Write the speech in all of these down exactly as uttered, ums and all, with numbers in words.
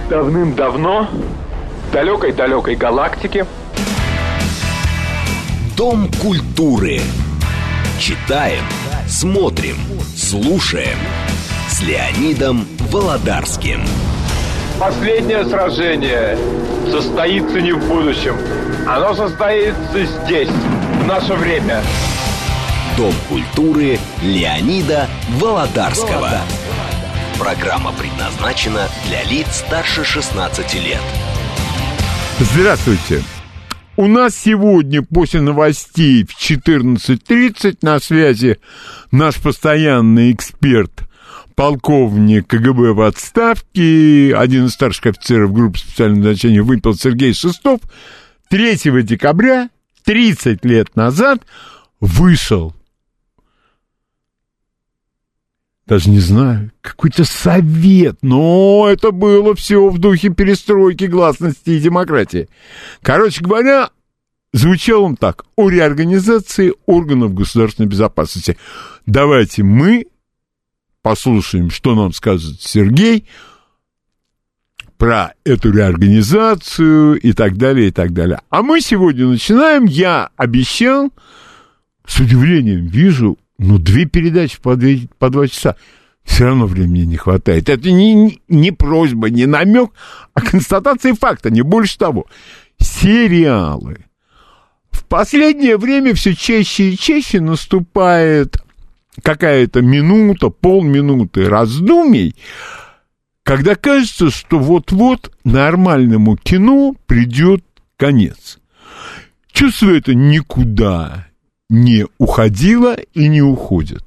Давным-давно в далекой-далекой галактике Дом культуры. Читаем, смотрим, слушаем с Леонидом Володарским. последнее сражение состоится не в будущем. Оно состоится здесь, в наше время. Дом культуры Леонида Володарского. Программа предназначена для лиц старше шестнадцати лет. Здравствуйте. У нас сегодня после новостей в четырнадцать тридцать на связи наш постоянный эксперт, полковник КГБ в отставке, один из старших офицеров группы специального назначения «Вымпел» Сергей Шестов. третьего декабря, тридцать лет назад, вышел, даже не знаю, какой-то совет, но это было все в духе перестройки, гласности и демократии. Короче говоря, звучал он так: о реорганизации органов государственной безопасности. Давайте мы послушаем, что нам скажет Сергей про эту реорганизацию и так далее, и так далее. А мы сегодня начинаем. Я обещал, с удивлением вижу, ну, две передачи по, две, по два часа. Все равно времени не хватает. Это не, не просьба, не намек, а констатация факта, не больше того. Сериалы. В последнее время все чаще и чаще наступает какая-то минута, полминуты раздумий, когда кажется, что вот-вот нормальному кино придет конец. Чувство это никуда не уходило и не уходит.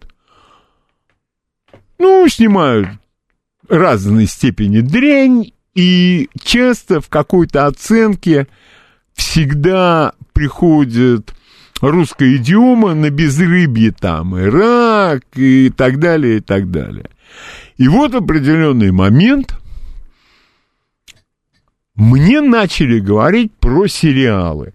Ну, снимают разной степени дрянь, и часто в какой-то оценке всегда приходит русская идиома на безрыбье, там, и рак, и так далее, и так далее. И вот в определенный момент мне начали говорить про сериалы.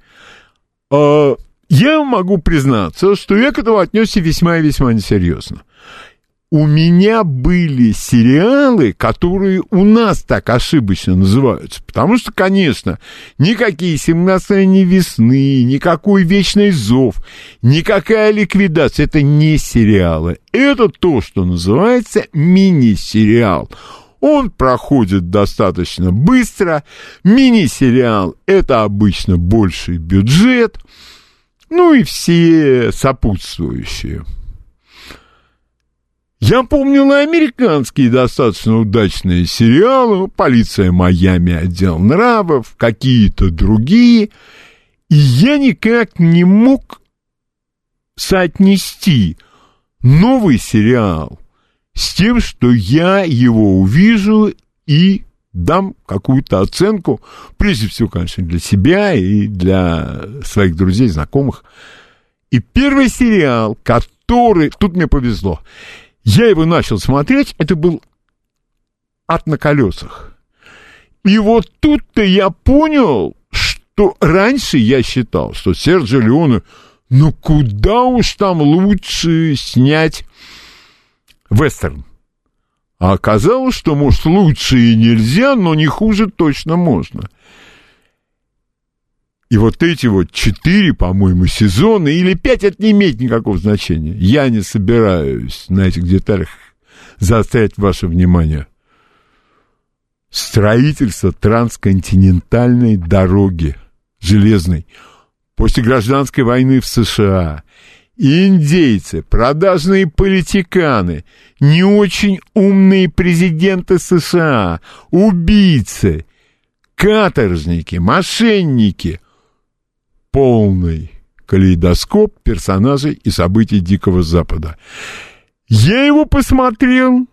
Я могу признаться, что я к этому отнесся весьма и весьма несерьезно. У меня были сериалы, которые у нас так ошибочно называются. Потому что, конечно, никакие «семнадцать весны», никакой «Вечный зов», никакая «Ликвидация» — это не сериалы. Это то, что называется мини-сериал. Он проходит достаточно быстро. Мини-сериал — это обычно больший бюджет. Ну и все сопутствующие. Я помнил и американские достаточно удачные сериалы: «Полиция Майами», «Отдел нравов», какие-то другие. И я никак не мог соотнести новый сериал с тем, что я его увижу и дам какую-то оценку, прежде всего, конечно, для себя и для своих друзей, знакомых. И первый сериал, который... Тут мне повезло. Я его начал смотреть, это был «Ад на колесах». И вот тут-то я понял, что раньше я считал, что Серджио Леоне, ну куда уж там лучше снять вестерн. А оказалось, что, может, лучше и нельзя, но не хуже точно можно. И вот эти вот четыре, по-моему, сезона, или пять, это не имеет никакого значения. Я не собираюсь на этих деталях заострять ваше внимание. Строительство трансконтинентальной дороги железной после гражданской войны в США. Индейцы, продажные политиканы, не очень умные президенты США, убийцы, каторжники, мошенники. Полный калейдоскоп персонажей и событий Дикого Запада. Я его посмотрел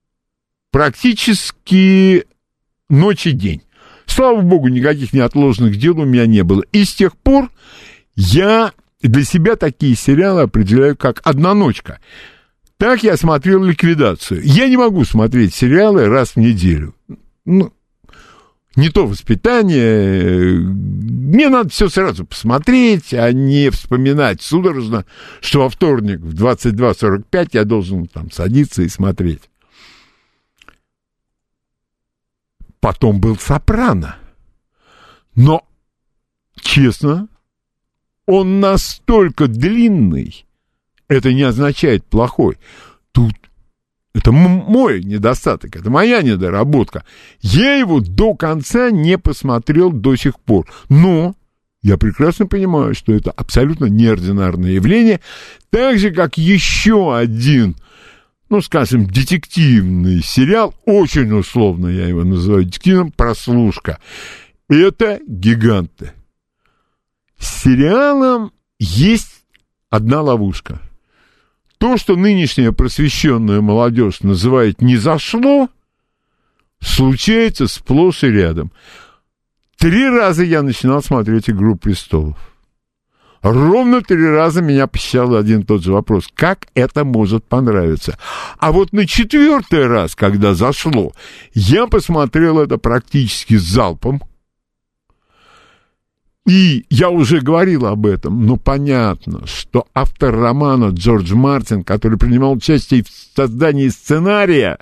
практически ночь и день. Слава богу, никаких неотложных дел у меня не было. И с тех пор я для себя такие сериалы определяю как одноночка. Так я смотрел «Ликвидацию». Я не могу смотреть сериалы раз в неделю. Ну, не то воспитание. Мне надо все сразу посмотреть, а не вспоминать судорожно, что во вторник в двадцать два сорок пять я должен там садиться и смотреть. потом был «Сопрано». Но, честно, он настолько длинный, это не означает плохой. Тут это м- мой недостаток, это моя недоработка. Я его до конца не посмотрел до сих пор. Но я прекрасно понимаю, что это абсолютно неординарное явление, так же, как еще один, ну, скажем, детективный сериал, очень условно я его называю детективным, «Прослушка». Это «Гиганты». С сериалом есть одна ловушка. То, что нынешняя просвещенная молодежь называет «не зашло», случается сплошь и рядом. Три раза я начинал смотреть «Игру престолов». Ровно три раза меня посещал один и тот же вопрос. Как это может понравиться? А вот на четвертый раз, когда зашло, я посмотрел это практически залпом. И я уже говорил об этом, но понятно, что автор романа Джордж Мартин, который принимал участие в создании сценария,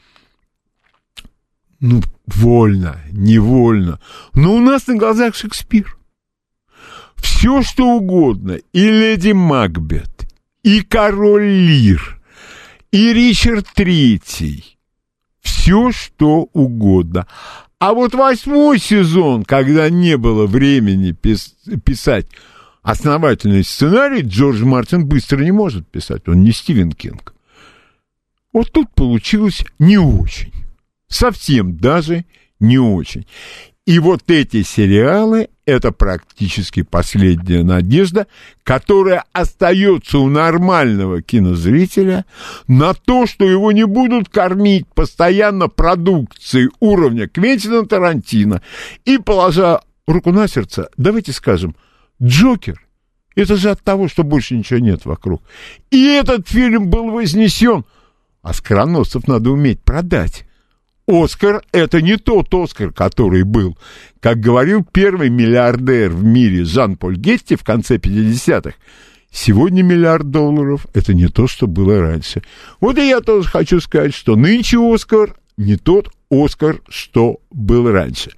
ну, вольно, невольно, но у нас на глазах Шекспир. Все, что угодно, и леди Макбет, и король Лир, и Ричард Третий, все, что угодно. А вот восьмой сезон, когда не было времени пис- писать основательный сценарий, Джордж Мартин быстро не может писать, он не Стивен Кинг. Вот тут получилось не очень, совсем даже не очень. И вот эти сериалы — это практически последняя надежда, которая остается у нормального кинозрителя на то, что его не будут кормить постоянно продукцией уровня Квентина Тарантино. И, положа руку на сердце, давайте скажем, «Джокер» — это же от того, что больше ничего нет вокруг. И этот фильм был вознесен. А скороносцев надо уметь продать. Оскар — это не тот Оскар, который был. Как говорил первый миллиардер в мире Жан-Поль Гетти в конце пятидесятых, сегодня миллиард долларов — это не то, что было раньше. Вот и я тоже хочу сказать, что нынче Оскар не тот Оскар, что был раньше.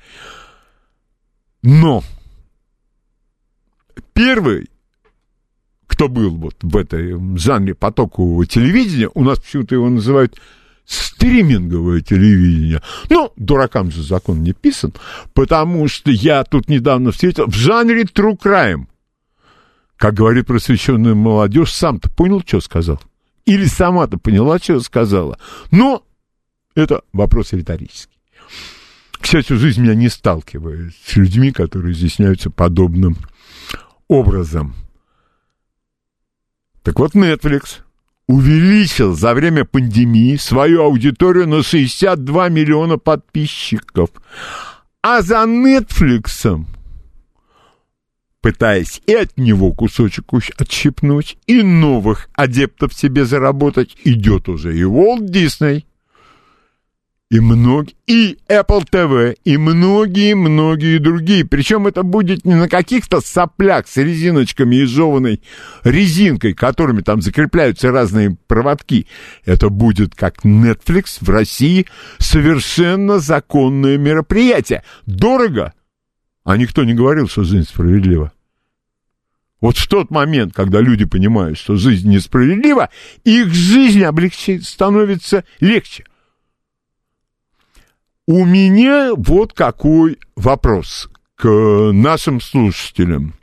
Но первый, кто был вот в этой жанре потокового телевидения, у нас почему-то его называют стриминговое телевидение. Ну, дуракам же закон не писан, потому что я тут недавно встретил в жанре true crime. Как говорит просвещенная молодежь, сам-то понял, что сказал? Или сама-то поняла, что сказала? Но это вопрос риторический. К счастью, жизнь меня не сталкивает с людьми, которые изъясняются подобным образом. Так вот, Netflix увеличил за время пандемии свою аудиторию на шестьдесят два миллиона подписчиков. А за Netflix'ом, пытаясь и от него кусочек отщипнуть, и новых адептов себе заработать, идет уже и Walt Disney, и, мног... и Apple ти ви, и многие-многие другие. Причем это будет не на каких-то соплях с резиночками и жеванной резинкой, которыми там закрепляются разные проводки. Это будет, как Netflix в России, совершенно законное мероприятие. Дорого, а никто не говорил, что жизнь справедлива. Вот в тот момент, когда люди понимают, что жизнь несправедлива, их жизнь облегчает, становится легче. У меня вот какой вопрос к нашим слушателям.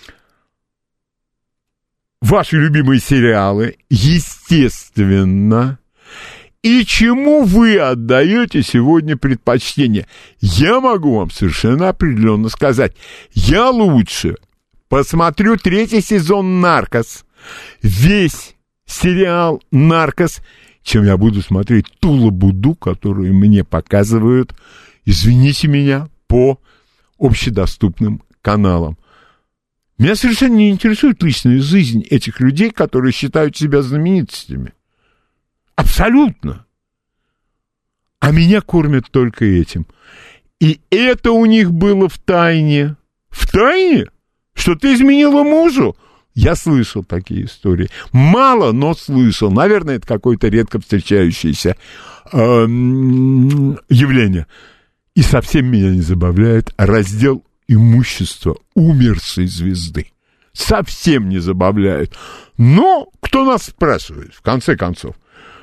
Ваши любимые сериалы, естественно, и чему вы отдаете сегодня предпочтение? Я могу вам совершенно определенно сказать, я лучше посмотрю третий сезон «Наркос», весь сериал «Наркос», чем я буду смотреть ту лабуду, которую мне показывают, извините меня, по общедоступным каналам. Меня совершенно не интересует личная жизнь этих людей, которые считают себя знаменитостями. Абсолютно. А меня кормят только этим. И это у них было в тайне. В тайне? Что ты изменила мужу? Я слышал такие истории. Мало, но слышал. Наверное, это какое-то редко встречающееся э, явление. И совсем меня не забавляет раздел имущества умершей звезды. Совсем не забавляет. Но кто нас спрашивает, в конце концов?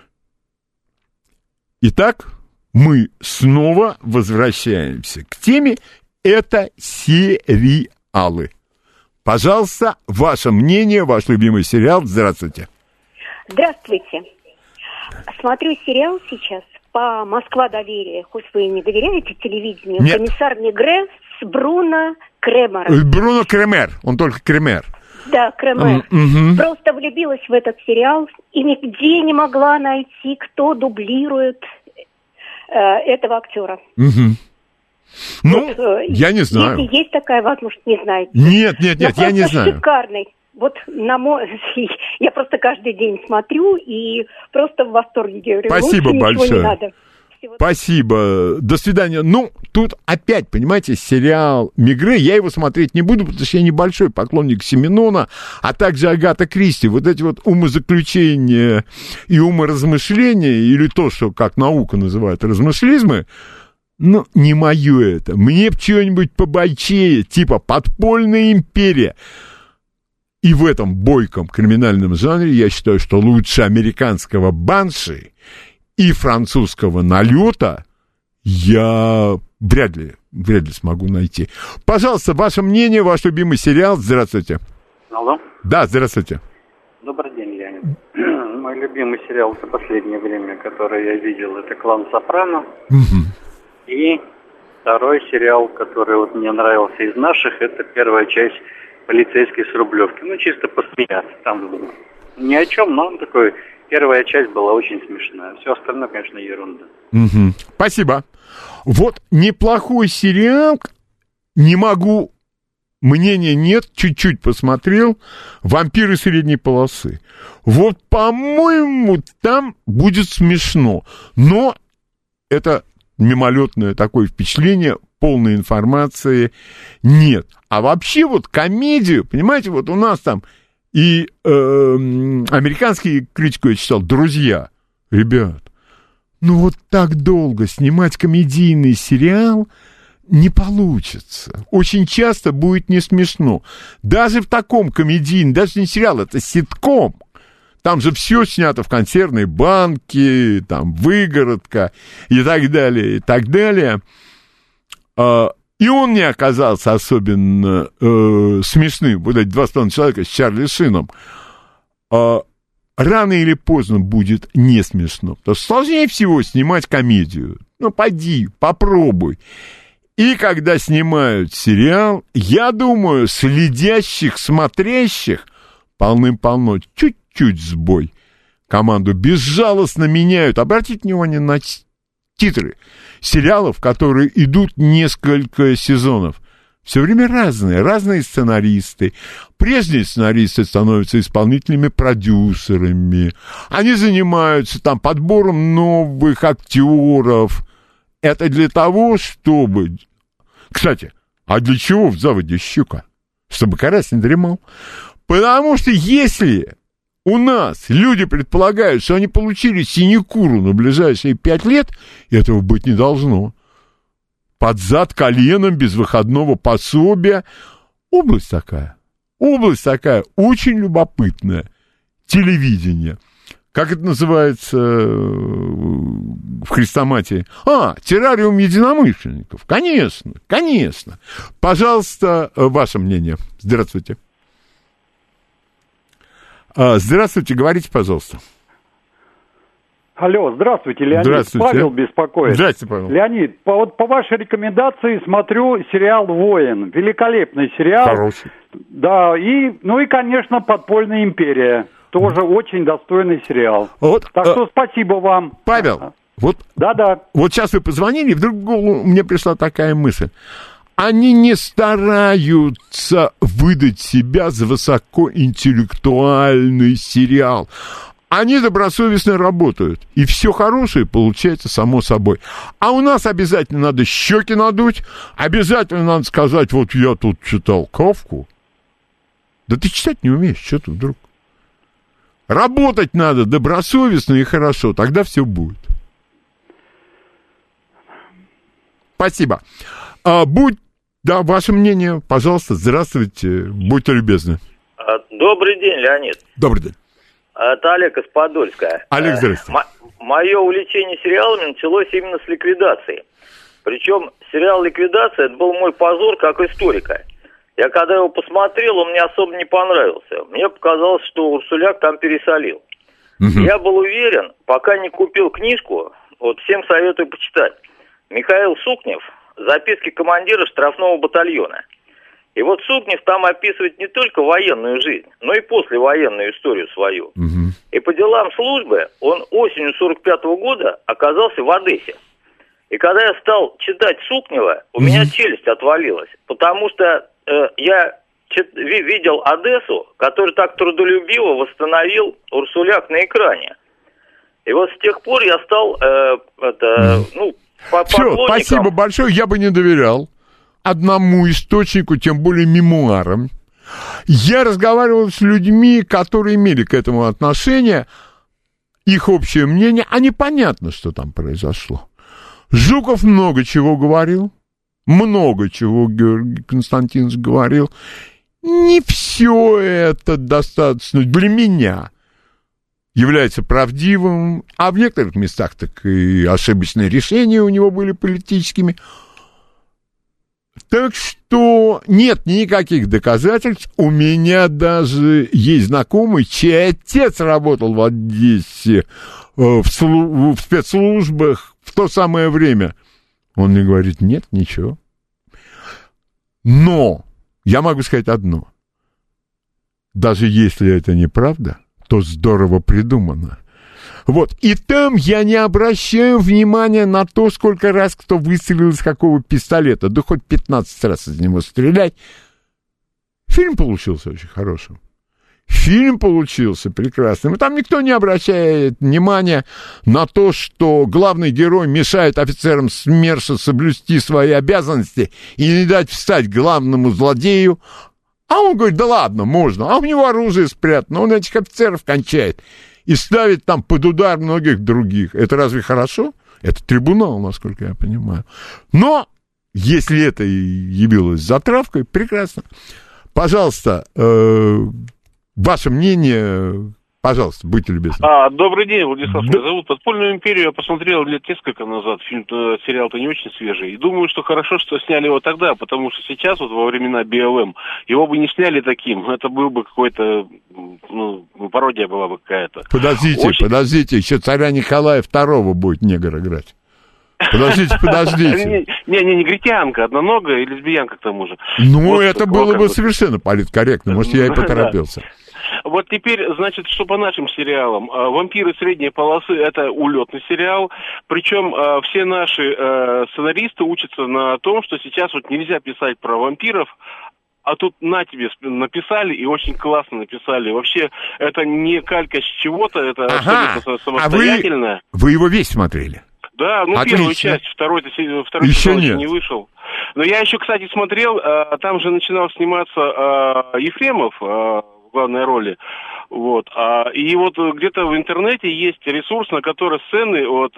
Итак, мы снова возвращаемся к теме. Это сериалы. Пожалуйста, ваше мнение, ваш любимый сериал. Здравствуйте. Здравствуйте. Смотрю сериал сейчас по «Москва доверие». Хоть вы и не доверяете телевидению. Нет. Комиссар Мегре с Бруно Кремером. Бруно Кремер, он только Кремер. Да, Кремер. Mm-hmm. Просто влюбилась в этот сериал и нигде не могла найти, кто дублирует э, этого актера. Mm-hmm. Ну, вот, э, я не знаю. Если есть такая возможность, не знаете. Нет, нет, нет, Но я не знаю. Шикарный. Вот на мой... Я просто каждый день смотрю и просто в восторге. Говорю, спасибо большое. Не надо. Спасибо. До свидания. Ну, тут опять, понимаете, сериал Мегре, я его смотреть не буду, потому что я небольшой поклонник Сименона, а также Агата Кристи. Вот эти вот умозаключения и уморазмышления, или то, что как наука называют размышлизмы, ну, не мое это. Мне б чего-нибудь побойчее, типа «Подпольная империя». И в этом бойком криминальном жанре я считаю, что лучше американского «Банши» и французского «Налета» я вряд ли, вряд ли смогу найти. Пожалуйста, ваше мнение, ваш любимый сериал. Здравствуйте. Алло. Да, здравствуйте. Добрый день, Леонид. Мой любимый сериал за последнее время, который я видел, это «Клан Сопрано». Угу. И второй сериал, который вот мне нравился из наших, это первая часть «Полицейский с Рублевки». Ну, чисто посмеяться. Там ни о чем, но он такой... Первая часть была очень смешная. Все остальное, конечно, ерунда. Угу. Спасибо. Вот неплохой сериал. Не могу... Мнения нет. Чуть-чуть посмотрел. «Вампиры средней полосы». Вот, по-моему, там будет смешно. Но это мимолетное такое впечатление. Полной информации нет. А вообще вот комедию, понимаете, вот у нас там и э, американский критику я читал, друзья, ребят, ну вот так долго снимать комедийный сериал не получится. Очень часто будет не смешно. Даже в таком комедийном, даже не сериал, это ситком. Там же все снято в консервной банке, там выгородка и так далее, и так далее. И он не оказался особенно э, смешным. Вот эти два с половиной человека с Чарли Шином. Э, рано или поздно будет не смешно. Потому что сложнее всего снимать комедию. Ну, поди, попробуй. И когда снимают сериал, я думаю, следящих, смотрящих полным-полно. Чуть-чуть сбой. Команду безжалостно меняют. Обратите внимание на титры сериалов, которые идут несколько сезонов. Все время разные, разные сценаристы. Прежние сценаристы становятся исполнительными продюсерами. Они занимаются там подбором новых актеров. Это для того, чтобы... Кстати, а для чего в заводе щука? Чтобы карась не дремал. Потому что если... У нас люди предполагают, что они получили синекуру на ближайшие пять лет, этого быть не должно. Под зад коленом, без выходного пособия. Область такая. Область такая, очень любопытная. Телевидение. Как это называется в Хрестоматии? А, террариум единомышленников. Конечно, конечно. Пожалуйста, ваше мнение. Здравствуйте. Здравствуйте, говорите, пожалуйста. Алло, здравствуйте, Леонид. Здравствуйте. Павел беспокоит. Здравствуйте, Павел. Леонид, по, вот по вашей рекомендации смотрю сериал «Воин». Великолепный сериал. Хороший. Да, и, ну и, конечно, «Подпольная империя». Тоже очень достойный сериал. Вот, так а... что спасибо вам. Павел, вот, да-да. Вот сейчас вы позвонили, и вдруг в голову мне пришла такая мысль. Они не стараются выдать себя за высокоинтеллектуальный сериал. Они добросовестно работают, и все хорошее получается само собой. А у нас обязательно надо щеки надуть, обязательно надо сказать, вот я тут читал Кафку. Да ты читать не умеешь, что ты вдруг? Работать надо добросовестно и хорошо, тогда все будет. Спасибо. А, будь, да, ваше мнение, пожалуйста, здравствуйте, будьте любезны. Добрый день, Леонид. Добрый день. Это Олег из Подольска. Олег, здравствуйте. М- мое увлечение сериалами началось именно с «Ликвидации». Причем сериал «Ликвидация» это был мой позор как историка. Я когда его посмотрел, он мне особо не понравился. Мне показалось, что Урсуляк там пересолил. Угу. Я был уверен, пока не купил книжку, вот всем советую почитать. Михаил Сукнев «Записки командира штрафного батальона». И вот Сукнев там описывает не только военную жизнь, но и послевоенную историю свою. Угу. И по делам службы он осенью сорок пятого года оказался в Одессе. И когда я стал читать Сукнева, у угу. меня челюсть отвалилась, потому что э, я чит- видел Одессу, которую так трудолюбиво восстановил Урсуляк на экране. И вот с тех пор я стал, э, это, ну, по Все, спасибо большое, я бы не доверял одному источнику, тем более мемуарам. Я разговаривал с людьми, которые имели к этому отношение, их общее мнение, а непонятно, что там произошло. Жуков много чего говорил, много чего Георгий Константинович говорил. Не все это достаточно для меня является правдивым, а в некоторых местах так и ошибочные решения у него были политическими. Так что нет никаких доказательств. У меня даже есть знакомый, чей отец работал в Одессе в, слу- в спецслужбах в то самое время. Он мне говорит, нет, ничего. Но я могу сказать одно. Даже если это неправда, то здорово придумано. Вот, и там я не обращаю внимания на то, сколько раз кто выстрелил из какого пистолета. Да хоть пятнадцать раз из него стрелять. Фильм получился очень хорошим. Фильм получился прекрасным. И там никто не обращает внимания на то, что главный герой мешает офицерам СМЕРШа соблюсти свои обязанности и не дать встать главному злодею. А он говорит, да ладно, можно. А у него оружие спрятано, он этих офицеров кончает. И ставить там под удар многих других. Это разве хорошо? Это трибунал, насколько я понимаю. Но, если это и явилось затравкой, прекрасно. Пожалуйста, э, ваше мнение, пожалуйста, будьте любезны. А, добрый день, Владислав, да. меня зовут. «Подпольную империю» я посмотрел лет несколько назад. Фильм-то, сериал-то не очень свежий. И думаю, что хорошо, что сняли его тогда, потому что сейчас, вот во времена би эл эм, его бы не сняли таким. Это был бы какой-то, ну, пародия была бы какая-то. Подождите, очень... подождите, еще царя Николая второго будет негр играть. Подождите, подождите. Не, не, негритянка, одноногая и лесбиянка к тому же. Ну, это было бы совершенно политкорректно. Может, я и поторопился. Вот теперь, значит, что по нашим сериалам. «Вампиры средней полосы» — это улетный сериал. Причем все наши сценаристы учатся на том, что сейчас вот нельзя писать про вампиров, а тут на тебе написали, и очень классно написали. Вообще, это не калька с чего-то, это ага. абсолютно самостоятельно. А вы, вы его весь смотрели? Да, ну Отлично. Первую часть, второй, второй еще сезон нет. не вышел. Но я еще, кстати, смотрел, там же начинал сниматься Ефремов в главной роли. Вот. И вот где-то в интернете есть ресурс, на который сцены от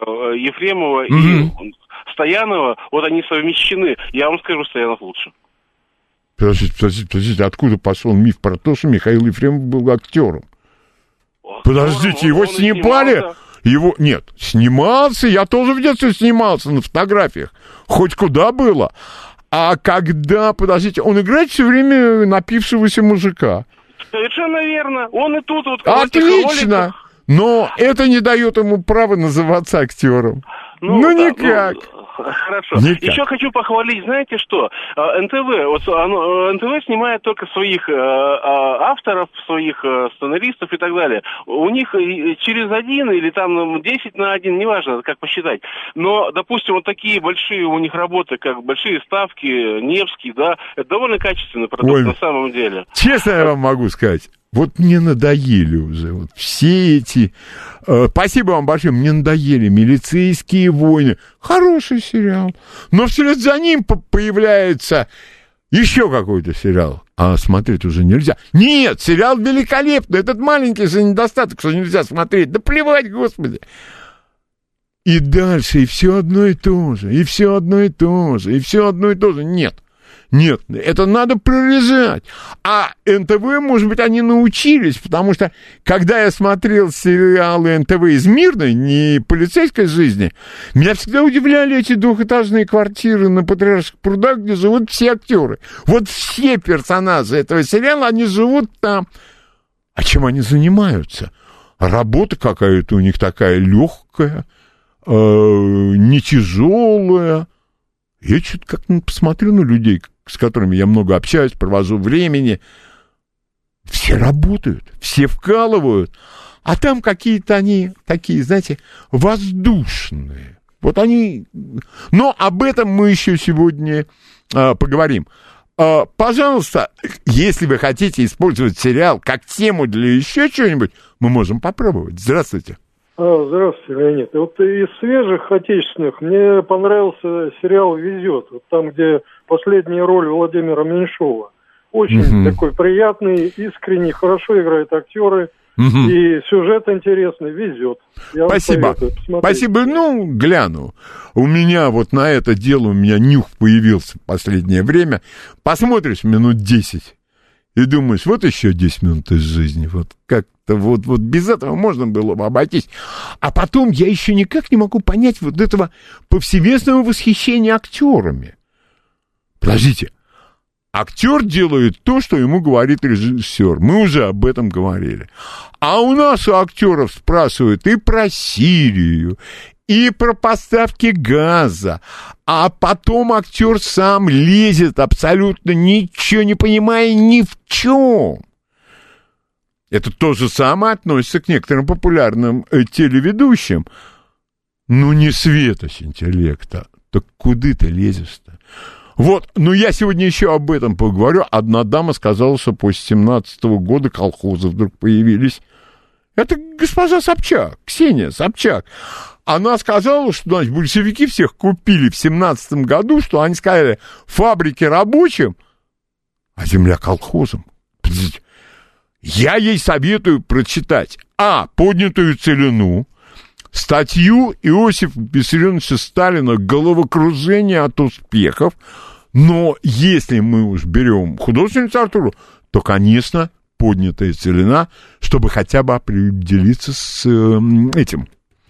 Ефремова mm-hmm. и Стоянова, вот они совмещены. Я вам скажу, Стоянов лучше. Подождите, подождите, подождите, откуда пошел миф про то, что Михаил Ефремов был актером? Актером? Подождите, его он снимали? Его, нет, снимался, я тоже в детстве снимался на фотографиях, хоть куда было. А когда, подождите, он играет все время напившегося мужика. Совершенно верно, он и тут вот... Отлично, но это не дает ему права называться актером. Ну, ну да, никак. Ну... Хорошо. Никак. Еще хочу похвалить, знаете что? эн тэ вэ, вот, оно, эн тэ вэ снимает только своих э, авторов, своих э, сценаристов и так далее. У них через один или там десять на один, неважно, как посчитать. Но, допустим, вот такие большие у них работы, как «Большие ставки», «Невский», да, это довольно качественный продукт. Ой, на самом деле. Честно я вам могу сказать, вот мне надоели уже вот все эти... Э, спасибо вам большое, мне надоели «Милицейские войны». Хороший сериал. Но вслед за ним появляется еще какой-то сериал. А смотреть уже нельзя. Нет, сериал великолепный. Этот маленький же недостаток, что нельзя смотреть. Да плевать, господи. И дальше, и все одно и то же, и все одно и то же, и все одно и то же. Нет, нет, это надо прорезать. А эн тэ вэ, может быть, они научились, потому что, когда я смотрел сериалы эн тэ вэ из мирной, не полицейской жизни, меня всегда удивляли эти двухэтажные квартиры на Патриарших прудах, где живут все актеры. Вот все персонажи этого сериала, они живут там. А чем они занимаются? Работа какая-то у них такая легкая, э, не тяжелая. Я что-то как-то посмотрю на людей, с которыми я много общаюсь, провожу времени. Все работают, все вкалывают. А там какие-то они такие, знаете, воздушные. Вот они... Но об этом мы еще сегодня э, поговорим. Э, пожалуйста, если вы хотите использовать сериал как тему для еще чего-нибудь, мы можем попробовать. Здравствуйте. А, здравствуйте, Леонид. Вот из свежих отечественных мне понравился сериал «Везет». Вот там, где последняя роль Владимира Меньшова. Очень угу. такой приятный, искренний, хорошо играют актеры. Угу. И сюжет интересный, везет. Я Спасибо. Спасибо. Ну, гляну. У меня вот на это дело, у меня нюх появился в последнее время. Посмотришь минут десять. И думаешь, вот еще десять минут из жизни, вот как-то вот, вот без этого можно было бы обойтись. А потом я еще никак не могу понять вот этого повсеместного восхищения актерами. Подождите, актер делает то, что ему говорит режиссер. Мы уже об этом говорили. А у нас у актеров спрашивают и про Сирию, и про поставки газа, а потом актер сам лезет, абсолютно ничего не понимая ни в чем. Это то же самое относится к некоторым популярным э, телеведущим. Ну, не светоч интеллекта, так куда ты лезешь-то? Вот, ну я сегодня еще об этом поговорю. Одна дама сказала, что после семнадцатого года колхозы вдруг появились. Это госпожа Собчак, Ксения Собчак. Она сказала, что, значит, большевики всех купили в семнадцатом году, что они сказали, фабрики рабочим, а земля колхозам. Я ей советую прочитать, а, поднятую целину, статью Иосифа Виссарионовича Сталина «Головокружение от успехов». Но если мы уж берем художественную литературу, то, конечно, поднятая целина, чтобы хотя бы определиться с э, этим,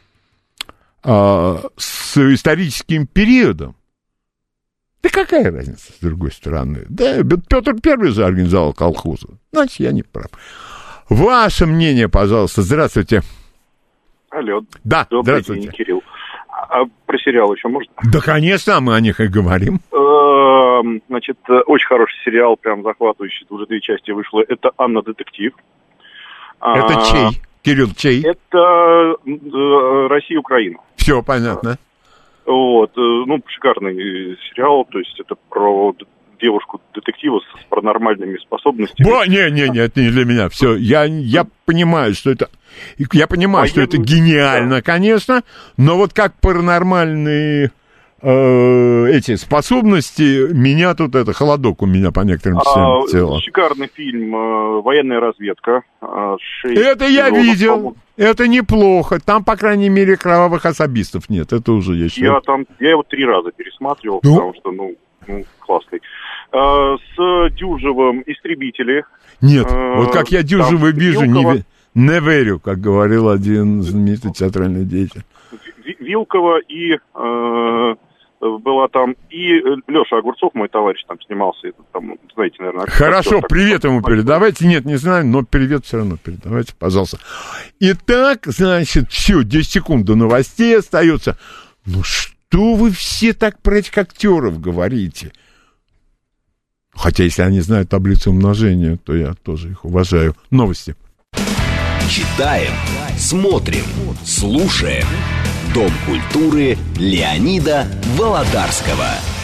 э, с историческим периодом. Да какая разница, с другой стороны? Да, Петр Первый же организовал колхозы. Значит, я не прав. Ваше мнение, пожалуйста. Здравствуйте. Алло. Да, добрый здравствуйте. День, Кирилл. А про сериал еще можно? Да, конечно, мы о них и говорим. Значит, очень хороший сериал, прям захватывающий, уже две части вышло. Это «Анна Детектив». Это а, чей? Кирилл, чей? Это э, Россия-Украина. Все понятно. Вот, ну, шикарный сериал, то есть это про девушку-детектива с паранормальными способностями. Бо, не, не, не, это не для меня. Все, я, я понимаю, что это, я понимаю, а что я... это гениально, да. Конечно, но вот как паранормальные э, эти способности, меня тут это холодок у меня по некоторым частям а, тела. Шикарный фильм э, «Военная разведка». Э, это я видел. По-моему. Это неплохо. Там, по крайней мере, кровавых особистов нет. Это уже я считаю. Я там, я его три раза пересматривал, ну? потому что, ну, ну классный. А, с Дюжевым «Истребители». Нет, а, вот как я Дюжева вижу, не, не верю, как говорил один знаменитый театральный деятель. Вилкова и... Э, была там и Леша Огурцов, мой товарищ, там снимался. Это, там, знаете, наверное... Хорошо, актер, привет ему передавайте. Нет, не знаю, но привет все равно передавайте, пожалуйста. Итак, значит, все, десять секунд до новостей остается. Ну что вы все так про этих актеров говорите? Хотя, если они знают таблицу умножения, то я тоже их уважаю. Новости. Читаем, смотрим, слушаем. Дом культуры Леонида Володарского.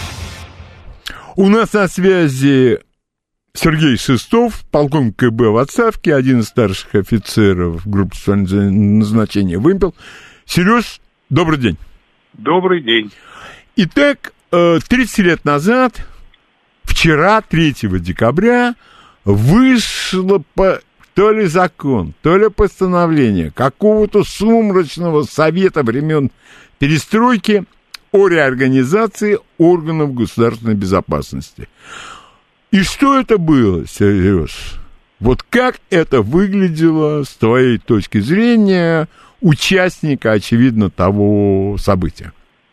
У нас на связи Сергей Шестов, полковник ка бэ в отставке, один из старших офицеров группы специального назначения «Вымпел». Сереж, добрый день. Добрый день. Итак, тридцать лет назад, вчера, третьего декабря, вышло по то ли закон, то ли постановление какого-то сумрачного совета времен перестройки о реорганизации органов государственной безопасности. И что это было, Сереж? Вот как это выглядело с твоей точки зрения участника, очевидно, того события?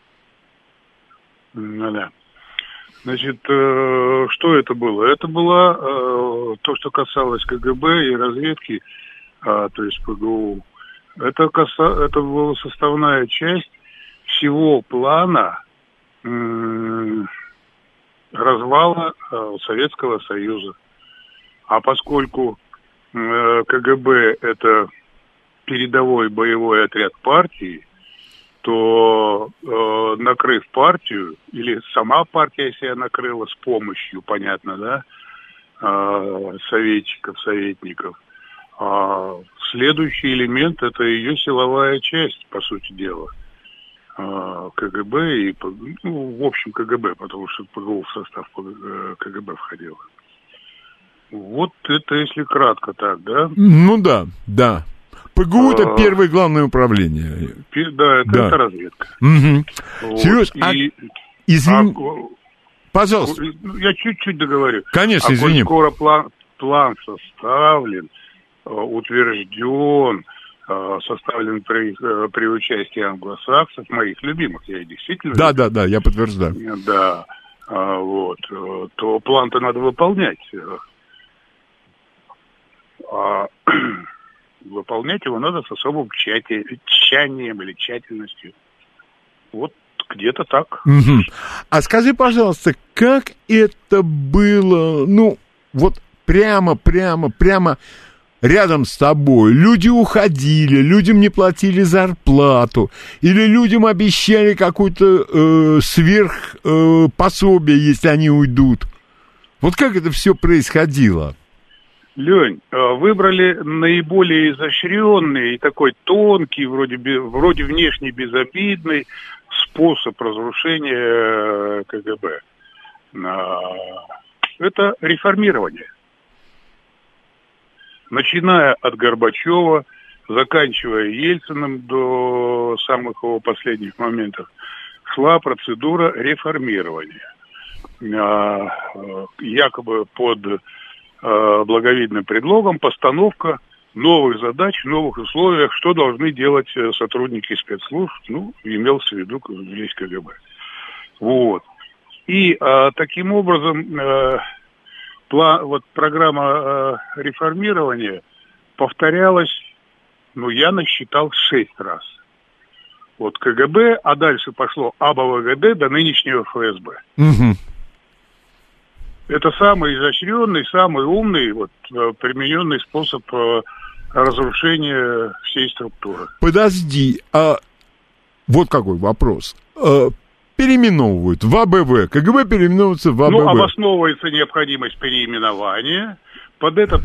Ну да. Значит, э, что это было? Это было э, то, что касалось КГБ и разведки, э, то есть ПГУ. Это, каса, это была составная часть всего плана э, развала э, Советского Союза. А поскольку э, КГБ – это передовой боевой отряд партии, то, э, накрыв партию, или сама партия себя накрыла с помощью, понятно, да, э, советчиков, советников, а следующий элемент – это ее силовая часть, по сути дела, э, КГБ и, ну, в общем, КГБ, потому что ПГУ в состав КГБ входило. Вот это, если кратко так, да? Ну да, да. ПГУ – это первое главное управление. Да, это, да. это разведка. Угу. Вот. Сереж, и... а... извини, а... пожалуйста. Я чуть-чуть договорю. Конечно, а извини. Скоро план, план составлен, утвержден, составлен при, при участии англосаксов, моих любимых, я их действительно... Да, да, да, я подтверждаю. Да, вот, то план-то надо выполнять. А... Выполнять его надо с особым тщати... тщанием или тщательностью. Вот где-то так. Угу. А скажи, пожалуйста, как это было, ну, вот прямо, прямо, прямо рядом с тобой? Люди уходили, людям не платили зарплату, или людям обещали какое-то э, сверх э, пособие, если они уйдут. Вот как это все происходило? Лень, выбрали наиболее изощренный и такой тонкий, вроде, вроде внешне безобидный способ разрушения КГБ. Это реформирование. Начиная от Горбачева, заканчивая Ельциным до самых его последних моментов, шла процедура реформирования. Якобы под благовидным предлогом постановка новых задач, новых условиях, что должны делать сотрудники спецслужб, ну, имелся в виду весь КГБ. Вот. И а, таким образом а, план, вот программа а, реформирования повторялась, ну, я насчитал шесть раз. Вот КГБ, а дальше пошло АБВГД до нынешнего ФСБ. Угу. Это самый изощренный, самый умный, вот, примененный способ разрушения всей структуры. Подожди, а вот какой вопрос. А, переименовывают в АБВ, КГБ переименовывается в АБВ. Ну, обосновывается необходимость переименования. Под, это,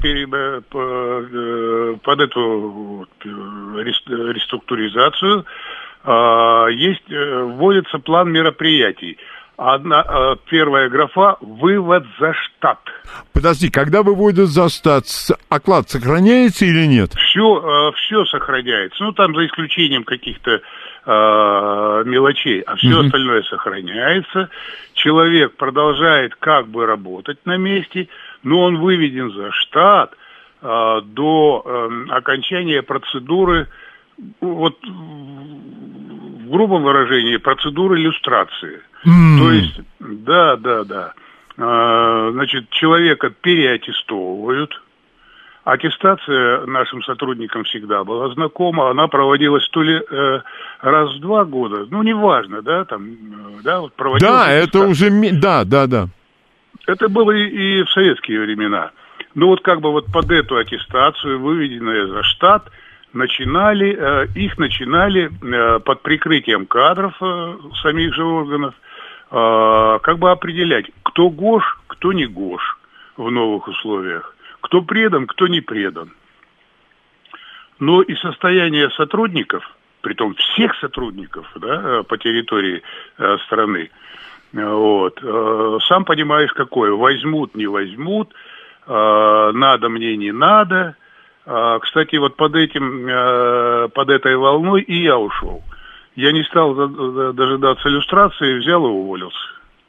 под эту реструктуризацию есть, вводится план мероприятий. Одна, первая графа – вывод за штат. Подожди, когда выводят за штат, оклад сохраняется или нет? Все, все сохраняется. Ну, там за исключением каких-то э, мелочей, а все угу. остальное сохраняется. Человек продолжает как бы работать на месте, но он выведен за штат э, до э, окончания процедуры, вот в грубом выражении, процедуры люстрации. Mm. То есть, да, да, да. А, значит, человека переаттестовывают. Аттестация нашим сотрудникам всегда была знакома. Она проводилась то ли э, раз в два года, ну, неважно, да, там, э, да, вот проводилась. Да, это уже, да, да, да. Это было и, и в советские времена. Но вот как бы вот под эту аттестацию, выведенная за штат, начинали, э, их начинали э, под прикрытием кадров э, самих же органов э, как бы определять, кто гош, кто не гош в новых условиях, кто предан, кто не предан. Но и состояние сотрудников, притом всех сотрудников, да, по территории э, страны, вот, э, сам понимаешь, какое, возьмут, не возьмут, э, надо мне, не надо. А, кстати, вот под этим, под этой волной и я ушел. Я не стал дожидаться люстрации, взял и уволился.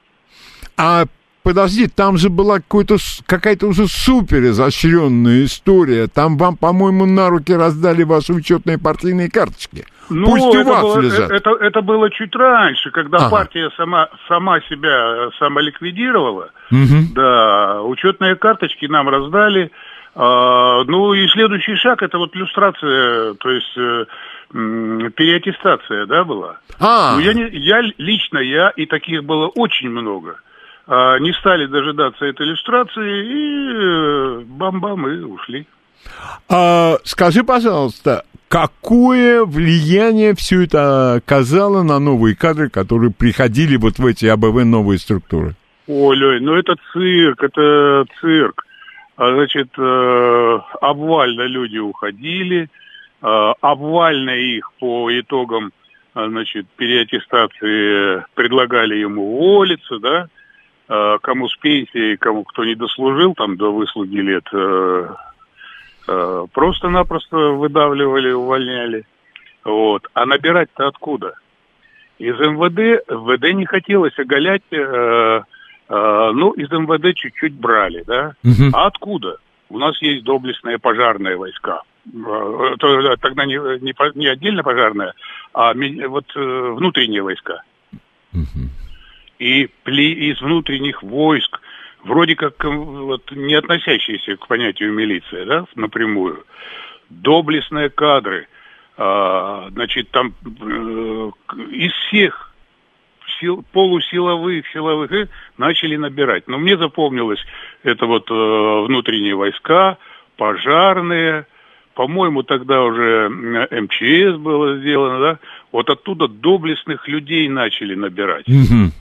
А подожди, там же была какой-то, какая-то уже супер изощренная история. Там вам, по-моему, на руки раздали ваши учетные партийные карточки. Ну, пусть у это вас было, лежат. Это, это было чуть раньше, когда ага. партия сама, сама себя самоликвидировала. Угу. Да, учетные карточки нам раздали. А, ну и следующий шаг — это вот люстрация, то есть э, м, переаттестация, да, была. А. Ну, я, не, я лично, я, и таких было очень много. А, не стали дожидаться этой люстрации и э, бам-бам, и ушли. А, скажи, пожалуйста, какое влияние все это оказало на новые кадры, которые приходили вот в эти АБВ новые структуры? Ой, Лёнь, ну это цирк, это цирк. А, значит, э, обвально люди уходили, э, обвально их по итогам, значит, переаттестации предлагали ему уволиться, да, э, кому с пенсией, кому кто не дослужил там до выслуги лет, э, э, просто-напросто выдавливали, увольняли. Вот. А набирать-то откуда? Из МВД, МВД не хотелось оголять, э, э, ну, из МВД чуть-чуть брали, да? Угу. А откуда? У нас есть доблестные пожарные войска. Э, то, тогда не, не, не отдельно пожарные, а вот э, внутренние войска. Угу. И пли, из внутренних войск, вроде как вот, не относящиеся к понятию милиция, да, напрямую, доблестные кадры, а, значит, там э, из всех сил, полусиловых, силовых э, начали набирать. Но мне запомнилось, это вот э, внутренние войска, пожарные, по-моему, тогда уже МЧС было сделано, да, вот оттуда доблестных людей начали набирать. Угу.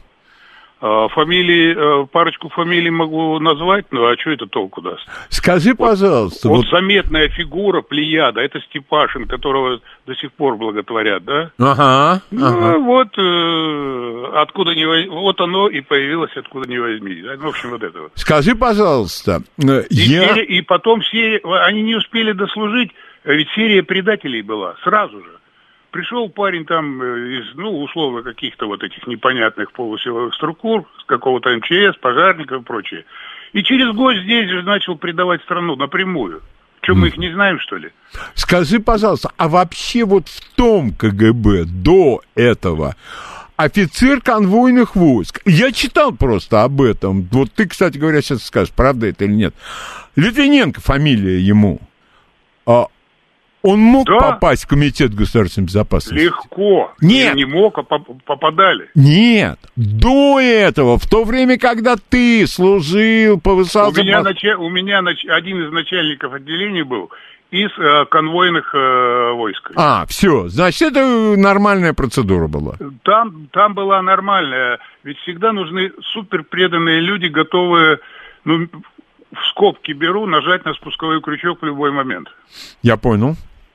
Фамилии, парочку фамилий могу назвать, ну а что это толку даст? Скажи, пожалуйста. Вот, вот... вот заметная фигура, плеяда, это Степашин, которого до сих пор благотворят, да? Ага. Ну ага. вот, э, откуда не возьми, вот оно и появилось, откуда не возьми. Да? В общем, вот это вот. Скажи, пожалуйста. И, я... серия, и потом все, они не успели дослужить, ведь серия предателей была сразу же. Пришел парень там из, ну, условно, каких-то вот этих непонятных полусиловых структур, с какого-то МЧС, пожарников и прочее. И через год здесь же начал предавать страну напрямую. Что, мы их не знаем, что ли? Скажи, пожалуйста, а вообще вот в том КГБ до этого офицер конвойных войск, я читал просто об этом, вот ты, кстати говоря, сейчас скажешь, правда это или нет, Литвиненко фамилия ему, а он мог да. попасть в Комитет государственной безопасности? Легко. Нет. Не мог, а попадали. Нет. До этого, в то время, когда ты служил, повышался... У меня, нач... У меня нач... один из начальников отделения был из э, конвойных э, войск. А, все. Значит, это нормальная процедура была. Там, там была нормальная. Ведь всегда нужны суперпреданные люди, готовые... Ну, в скобки беру, нажать на спусковой крючок в любой момент. Я понял.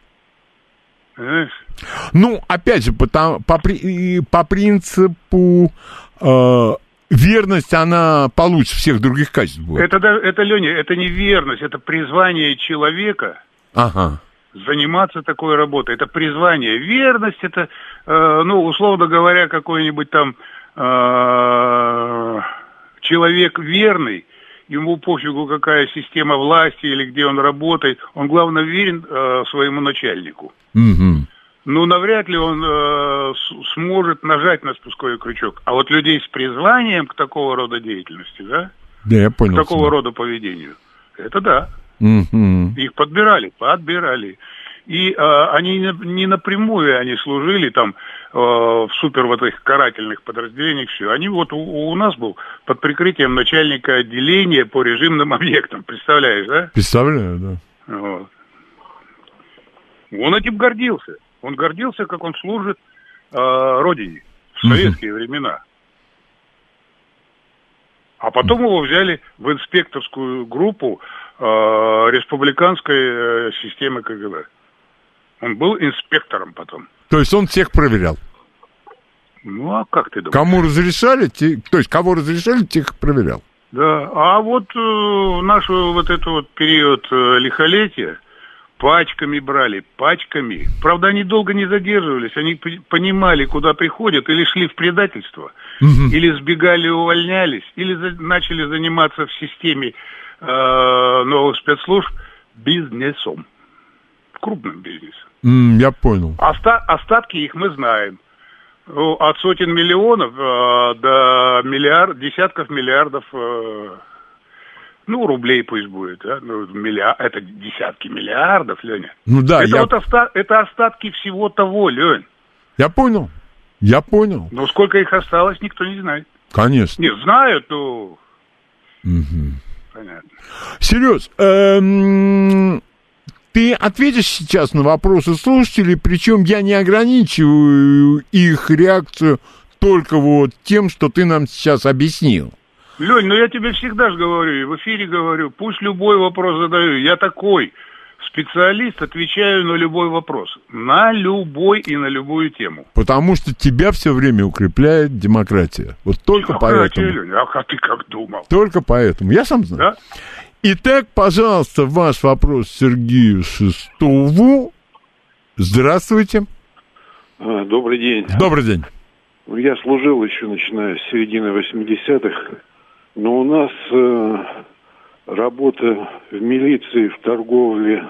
Знаешь? Ну, опять же, по, по, по принципу э, верность, она получше всех других качеств будет. Это, это, Леня, это не верность, это призвание человека ага. заниматься такой работой. Это призвание. Верность, это, э, ну, условно говоря, какой-нибудь там э, человек верный, ему пофигу, какая система власти или где он работает, он, главное, верен э, своему начальнику. Угу. Ну, навряд ли он э, с- сможет нажать на спусковой крючок. А вот людей с призванием к такого рода деятельности, да? Да, я понял. К такого рода поведению. Это да. Угу. Их подбирали, подбирали. И э, они не напрямую они служили там э, в супер вот этих карательных подразделениях, все. Они вот у, у нас был под прикрытием начальника отделения по режимным объектам. Представляешь, да? Представляю, да. Вот. Он этим гордился. Он гордился, как он служит э, Родине в советские угу. времена. А потом его взяли в инспекторскую группу э, республиканской э, системы КГБ. Он был инспектором потом. То есть он всех проверял? Ну, а как ты думаешь? Кому разрешали, те, то есть кого разрешали, тех проверял. Да, а вот э, наш вот этот вот период э, лихолетия, Пачками брали, пачками. Правда, они долго не задерживались, они понимали, куда приходят, или шли в предательство, угу. или сбегали, увольнялись, или за- начали заниматься в системе э, новых спецслужб бизнесом, крупным бизнесом. Mm, я понял. Оста- остатки их мы знаем. От сотен миллионов э, до миллиард, десятков миллиардов э, ну, рублей пусть будет, да? Ну, миллиард, это десятки миллиардов, Леня. Ну да, это я... вот оста... это остатки всего того, Лень. Я понял, я понял. Но сколько их осталось, никто не знает. Конечно. Нет, знают, но... Угу. Понятно. Серёж, эм... ты ответишь сейчас на вопросы слушателей, причем я не ограничиваю их реакцию только вот тем, что ты нам сейчас объяснил. Лень, ну я тебе всегда же говорю, и в эфире говорю, пусть любой вопрос задаю. Я такой специалист, отвечаю на любой вопрос. На любой и на любую тему. Потому что тебя все время укрепляет демократия. Вот только демократия, поэтому. Лень, а ты как думал? Только поэтому. Я сам знаю. Да? Итак, пожалуйста, ваш вопрос Сергею Шестову. Здравствуйте. А, добрый день. Добрый день. Я служил еще, начиная с середины восьмидесятых, но у нас э, работа в милиции, в торговле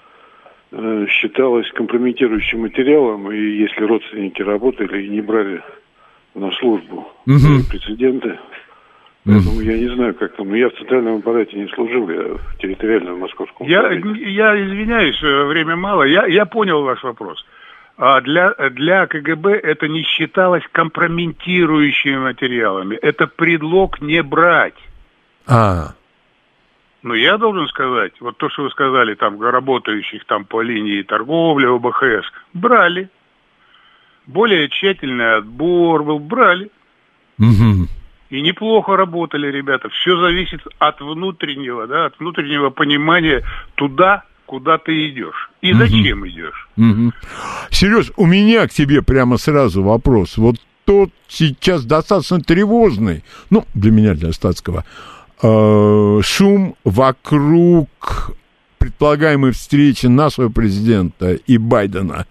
э, считалась компрометирующим материалом, и если родственники работали и не брали на службу угу. прецеденты, поэтому угу. я не знаю, как там, но я в центральном аппарате не служил, я в территориальном московском я, аппарате. Я извиняюсь, время мало, я, я понял ваш вопрос. А для, для КГБ это не считалось компрометирующими материалами. Это предлог не брать. А. Но я должен сказать, вот то, что вы сказали, там, работающих там по линии торговли, ОБХС, брали. Более тщательный отбор был, брали. Угу. И неплохо работали ребята. Все зависит от внутреннего, да, от внутреннего понимания туда, куда ты идешь и зачем uh-huh. идешь. Uh-huh. Сереж, у меня к тебе прямо сразу вопрос. Вот тот сейчас достаточно тревожный, ну, для меня, для статского, э, шум вокруг предполагаемой встречи нашего президента и Байдена.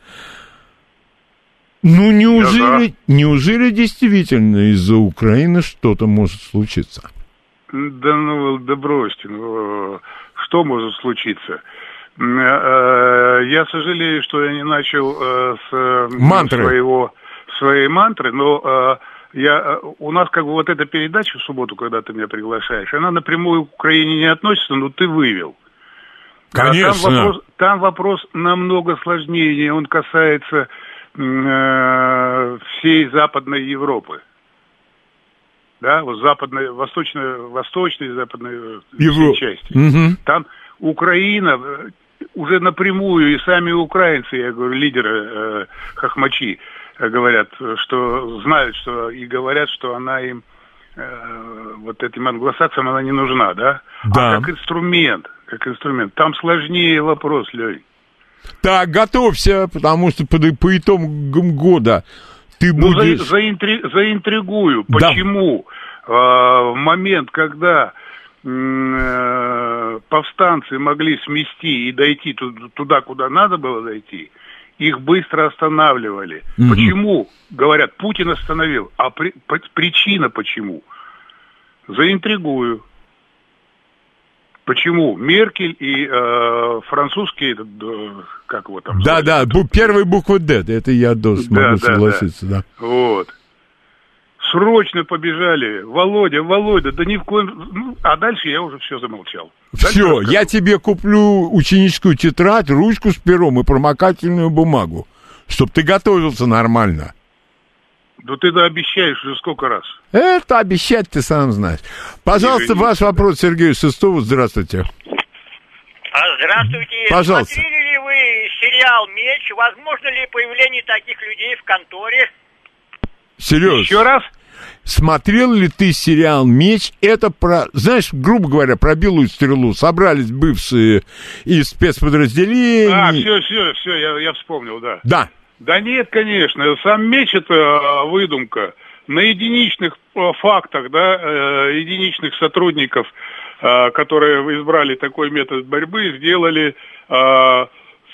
Ну, неужели, неужели действительно из-за Украины что-то может случиться? Да ну, да бросьте, ну, что может случиться? Я сожалею, что я не начал с мантры. своего, своей мантры, но я, у нас как бы вот эта передача в субботу, когда ты меня приглашаешь, она напрямую к Украине не относится, но ты вывел. Конечно. А там, вопрос, там вопрос намного сложнее, он касается э, всей Западной Европы. Да, вот западной, восточной, восточной, западной всей части. Угу. Там Украина уже напрямую, и сами украинцы, я говорю, лидеры э, хохмачи, э, говорят, что знают, что и говорят, что она им, э, вот этим англосаксам, она не нужна, да? Да. А как инструмент, как инструмент. Там сложнее вопрос, Лёнь. Так, готовься, потому что по, по итогам года ты ну, будешь... За, заинтри, заинтригую. Да. Почему э, в момент, когда повстанцы могли смести и дойти туда, куда надо было дойти, их быстро останавливали. Угу. Почему? Говорят, Путин остановил. А при, причина почему? Заинтригую. Почему? Меркель и э, французский, как его там? Да, да, бу- первая буква Д, это я должен да, могу да, согласиться, да. да. Вот. Срочно побежали. Володя, Володя, да ни в коем... Ну, а дальше я уже все замолчал. Дальше все, расскажу. Я тебе куплю ученическую тетрадь, ручку с пером и промокательную бумагу, чтобы ты готовился нормально. Да ты да обещаешь уже сколько раз. Это обещать ты сам знаешь. Пожалуйста, не, ваш не, вопрос Сергею Шестову. Здравствуйте. А, здравствуйте. Пожалуйста. Смотрели ли вы сериал «Меч»? Возможно ли появление таких людей в конторе? Сереж. Еще раз? Смотрел ли ты сериал «Меч»? Это про, знаешь, грубо говоря, про белую стрелу. Собрались бывшие из спецподразделений. А, все, все, все, я, я вспомнил, да. Да. Да нет, конечно. Сам «Меч» — это выдумка. На единичных фактах, да, единичных сотрудников, которые избрали такой метод борьбы, сделали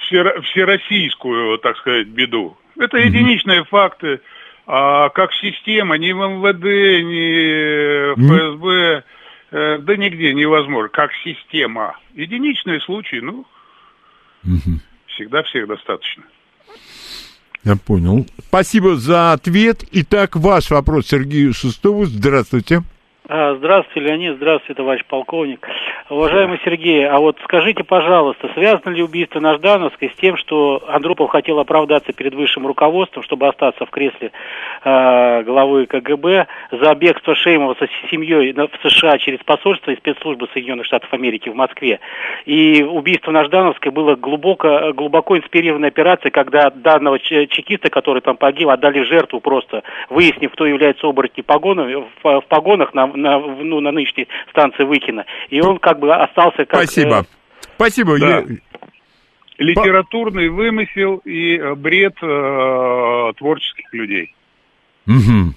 всероссийскую, так сказать, беду. Это единичные mm-hmm. факты. А как система, ни в эм вэ дэ, ни в эф эс бэ, э, да нигде невозможно. Как система. Единичные случаи, ну, mm-hmm. всегда всех достаточно. Я понял. Спасибо за ответ. Итак, ваш вопрос Сергею Шестову. Здравствуйте. Здравствуйте, Леонид. Здравствуйте, товарищ полковник. Уважаемый Сергей, а вот скажите, пожалуйста, связано ли убийство на Ждановской с тем, что Андропов хотел оправдаться перед высшим руководством, чтобы остаться в кресле э, главы ка гэ бэ, за бегство Шеймова со семьей в США через посольство и спецслужбы Соединенных Штатов Америки в Москве? И убийство на Ждановской было глубоко, глубоко инспирированной операцией, когда данного чекиста, который там погиб, отдали в жертву просто, выяснив, кто является оборотнем погонов, в, в погонах на, на, ну, на нынешней станции Выкино. И он как бы остался как... Спасибо. Э... Спасибо. Да. Я... Литературный вымысел и бред э, творческих людей. Угу.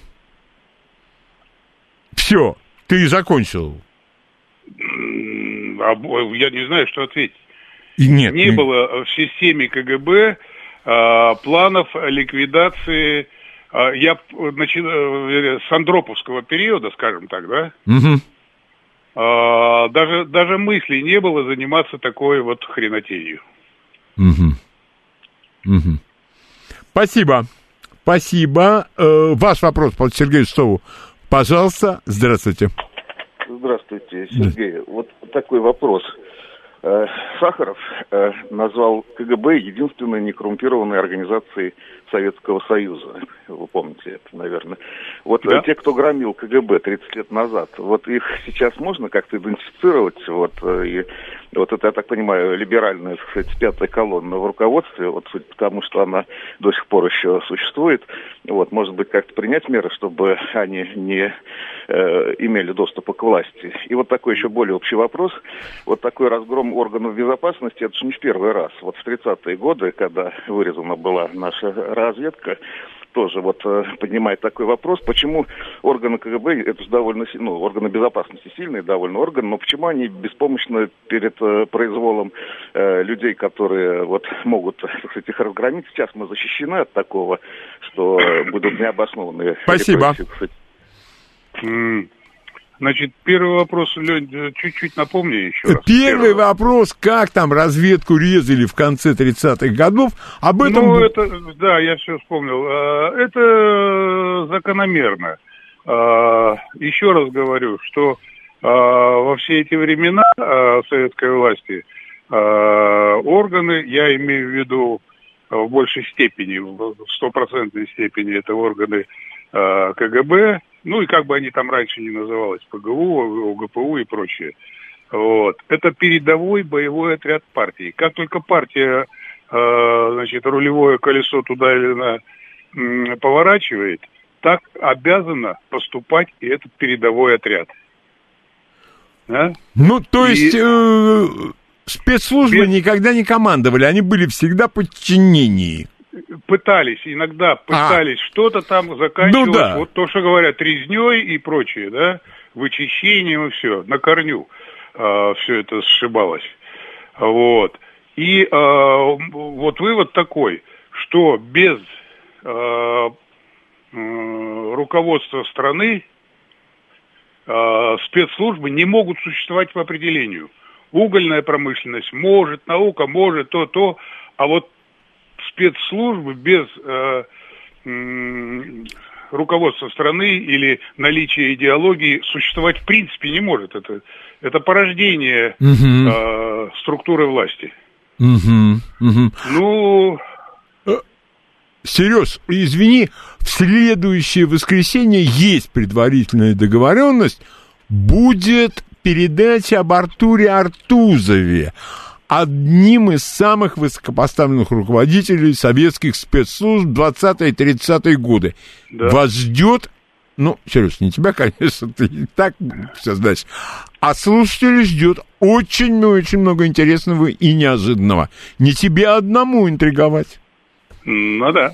Все, ты закончил. Я не знаю, что ответить. И нет, не, не было в системе ка гэ бэ э, планов ликвидации. Э, я начи... с андроповского периода, скажем так, да? Угу. Uh, даже, даже мысли не было заниматься такой вот хренотенью. Угу. Угу. Спасибо. Спасибо. Э, ваш вопрос по Сергею Шестову. Пожалуйста. Здравствуйте. Здравствуйте, Сергей. Да. Вот такой вопрос. Э, Сахаров э, назвал ка гэ бэ единственной некоррумпированной организацией Советского Союза. Вы помните это, наверное. Вот да. те, кто громил ка гэ бэ тридцать лет назад, вот их сейчас можно как-то идентифицировать? Вот, и, вот это, я так понимаю, либеральная, так сказать, пятая колонна в руководстве, вот судя по тому, что она до сих пор еще существует, вот, может быть, как-то принять меры, чтобы они не э, имели доступа к власти. И вот такой еще более общий вопрос. Вот такой разгром органов безопасности, это же не в первый раз. Вот в тридцатые годы, когда вырезана была наша разведка, тоже вот э, поднимает такой вопрос, почему органы ка гэ бэ, это же довольно, ну, органы безопасности сильные довольно органы, но почему они беспомощны перед э, произволом э, людей, которые вот могут, так сказать, их разгромить. Сейчас мы защищены от такого, что будут необоснованные. Спасибо. Значит, первый вопрос, Лень, чуть-чуть напомни еще раз. Первый, первый вопрос, как там разведку резали в конце тридцатых годов, об этом... Ну, это, да, я все вспомнил. Это закономерно. Еще раз говорю, что во все эти времена советской власти органы, я имею в виду в большей степени, в стопроцентной степени, это органы ка гэ бэ, ну и как бы они там раньше не называлось, пэ гэ у, о гэ пэ у и прочее. Вот. Это передовой боевой отряд партии. Как только партия, э, значит, рулевое колесо туда или на м, поворачивает, так обязана поступать и этот передовой отряд. А? Ну, то и... есть э, спецслужбы Без... никогда не командовали, они были всегда в подчинении. Пытались, иногда пытались а. что-то там заканчивать, ну, да. Вот то, что говорят, резней и прочее, да, вычищением и все, на корню э, все это сшибалось. Вот. И э, вот вывод такой, что без э, э, руководства страны э, спецслужбы не могут существовать по определению. Угольная промышленность может, наука может, то-то, а вот спецслужбы без э, э, руководства страны или наличия идеологии существовать в принципе не может. Это, это порождение угу. э, структуры власти. Угу. Угу. Ну... Сереж, извини, в следующее воскресенье есть предварительная договоренность, будет передача об Артуре Артузове, одним из самых высокопоставленных руководителей советских спецслужб двадцатые-тридцатые годы. Да. Вас ждет, ну, Сереж, не тебя, конечно, ты и так все знаешь, а слушателей ждет очень-очень много интересного и неожиданного. Не тебе одному интриговать. Ну да,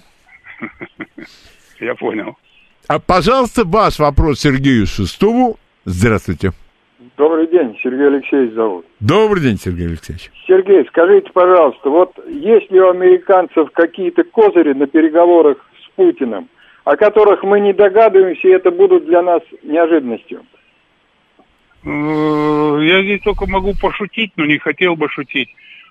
я понял. А, пожалуйста, ваш вопрос Сергею Шестову. Здравствуйте. Добрый день, Сергей Алексеевич зовут. Добрый день, Сергей Алексеевич. Сергей, скажите, пожалуйста, вот есть ли у американцев какие-то козыри на переговорах с Путиным, о которых мы не догадываемся, и это будут для нас неожиданностью? Я здесь только могу пошутить, но не хотел бы шутить.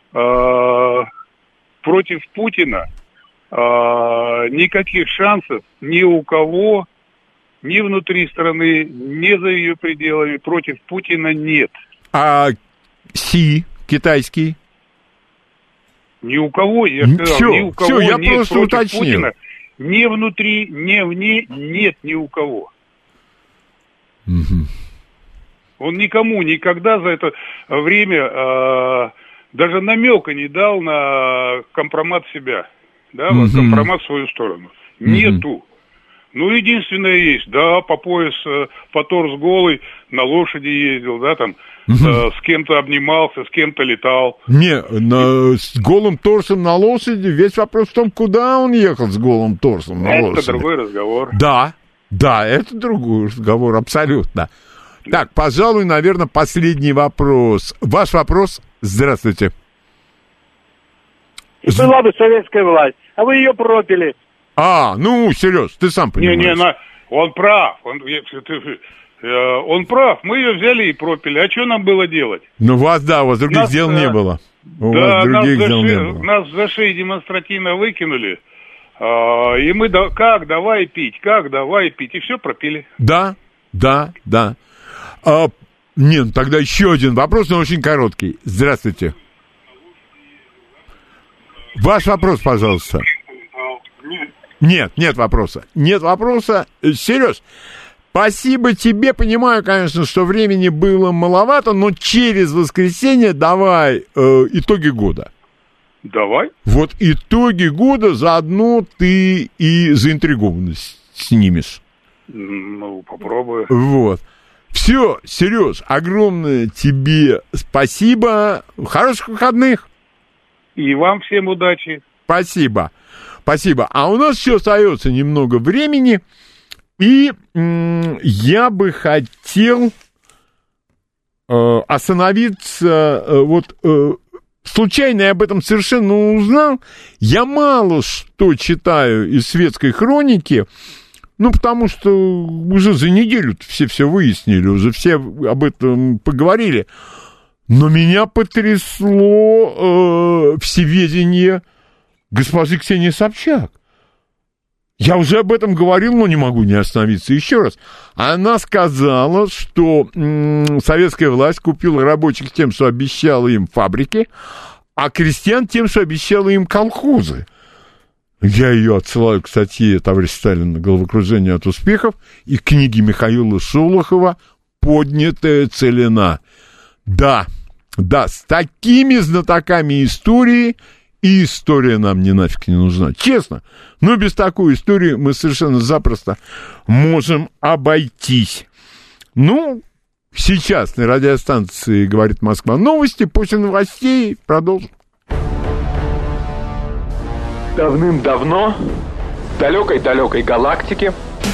Против Путина никаких шансов ни у кого, ни внутри страны, ни за ее пределами против Путина нет. А Си, китайский? Ни у кого, я сказал, все, ни у кого все, я нет просто против уточнил. Путина. Ни внутри, ни вне нет ни у кого. Угу. Он никому никогда за это время э, даже намека не дал на компромат себя, да, угу. компромат в свою сторону. Угу. Нету. Ну, единственное есть, да, по пояс, э, по торс голый, на лошади ездил, да, там, угу. э, с кем-то обнимался, с кем-то летал. Не, на, с голым торсом на лошади, весь вопрос в том, куда он ехал с голым торсом на это лошади. Это другой разговор. Да, да, это другой разговор, абсолютно. Так, пожалуй, наверное, последний вопрос. Ваш вопрос. Здравствуйте. Была бы советская власть, а вы ее пропили. А, ну, Сереж, ты сам понимаешь. Не, не, на, он прав. Он, он прав. Мы ее взяли и пропили. А что нам было делать? Ну, у вас, да, у вас других нас, дел не было. У да, вас других нас дел за не шеи, было. Нас за шеи демонстративно выкинули. А, и мы, да, как, давай пить, как, давай пить. И все пропили. Да, да, да. А, нет, тогда еще один вопрос, но очень короткий. Здравствуйте. Ваш вопрос, пожалуйста. Нет, нет вопроса. Нет вопроса. Сереж, спасибо тебе. Понимаю, конечно, что времени было маловато, но через воскресенье давай э, итоги года. Давай. Вот итоги года заодно ты и заинтригованность снимешь. Ну, попробую. Вот. Все, Сереж, огромное тебе спасибо. Хороших выходных. И вам всем удачи. Спасибо. Спасибо. А у нас еще остается немного времени. И м- я бы хотел э, остановиться. Э, вот э, случайно я об этом совершенно узнал. Я мало что читаю из светской хроники. Ну, потому что уже за неделю все все выяснили, уже все об этом поговорили. Но меня потрясло э, всеведение госпожи Ксении Собчак. Я уже об этом говорил, но не могу не остановиться еще раз. Она сказала, что м- советская власть купила рабочих тем, что обещала им фабрики, а крестьян тем, что обещала им колхозы. Я ее отсылаю к статье товарища Сталина «Головокружение от успехов» и книги Михаила Шолохова «Поднятая целина». Да, да, с такими знатоками истории и история нам не нафиг не нужна. Честно, но без такой истории мы совершенно запросто можем обойтись. Ну, сейчас на радиостанции «Говорит Москва» новости, после новостей продолжим. Давным-давно, в далекой-далекой галактике.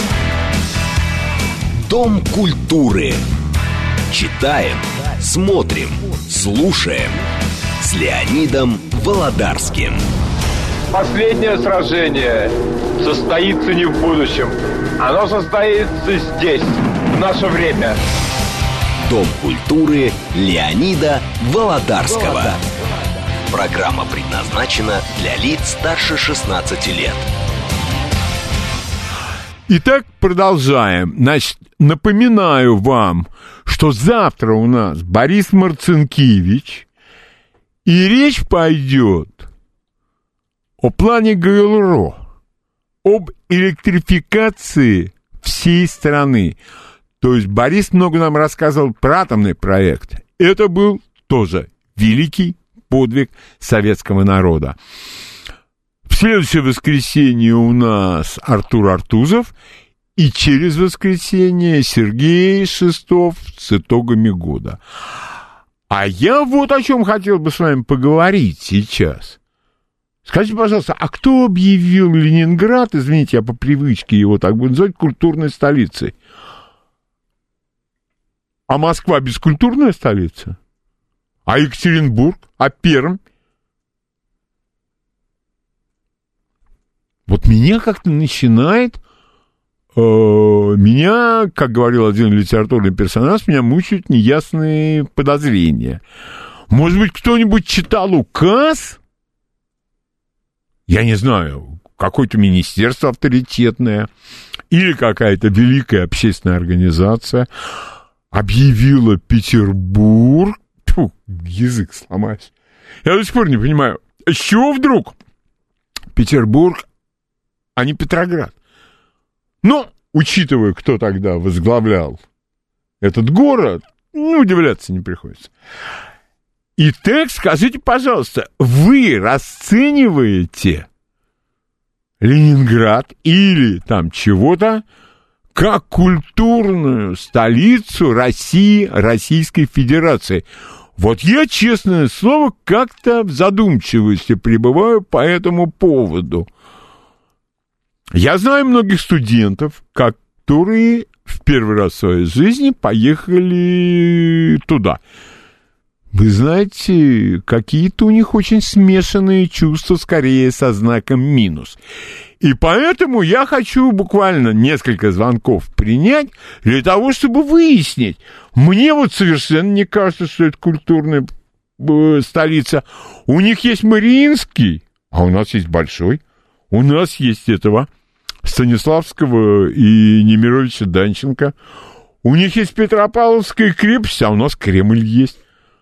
Дом культуры. Читаем, смотрим, слушаем. С Леонидом Володарским. Последнее сражение состоится не в будущем. Оно состоится здесь, в наше время. Дом культуры Леонида Володарского. Программа предназначена для лиц старше шестнадцати лет. Итак, продолжаем. Значит, напоминаю вам, что завтра у нас Борис Марцинкевич, и речь пойдет о плане ГЛРО, об электрификации всей страны. То есть Борис много нам рассказывал про атомный проект. Это был тоже великий подвиг советского народа. В следующее воскресенье у нас Артур Артузов, и через воскресенье Сергей Шестов с итогами года. А я вот о чем хотел бы с вами поговорить сейчас. Скажите, пожалуйста, а кто объявил Ленинград, извините, я по привычке его так буду называть, культурной столицей? А Москва бескультурная столица? А Екатеринбург? А Пермь? Вот меня как-то начинает... Э, меня, как говорил один литературный персонаж, меня мучают неясные подозрения. Может быть, кто-нибудь читал указ? Я не знаю, какое-то министерство авторитетное или какая-то великая общественная организация объявила Петербург... Фу, язык сломаюсь. Я до сих пор не понимаю, с чего вдруг Петербург, а не Петроград? Но, учитывая, кто тогда возглавлял этот город, ну, удивляться не приходится. Итак, скажите, пожалуйста, вы расцениваете Ленинград или там чего-то как культурную столицу России, Российской Федерации? Вот я, честное слово, как-то в задумчивости пребываю по этому поводу. Я знаю многих студентов, которые в первый раз в своей жизни поехали туда. Вы знаете, какие-то у них очень смешанные чувства, скорее со знаком минус. И поэтому я хочу буквально несколько звонков принять для того, чтобы выяснить. Мне вот совершенно не кажется, что это культурная э, столица. У них есть Мариинский, а у нас есть Большой. У нас есть этого Станиславского и Немировича Данченко. У них есть Петропавловская крепость, а у нас Кремль есть.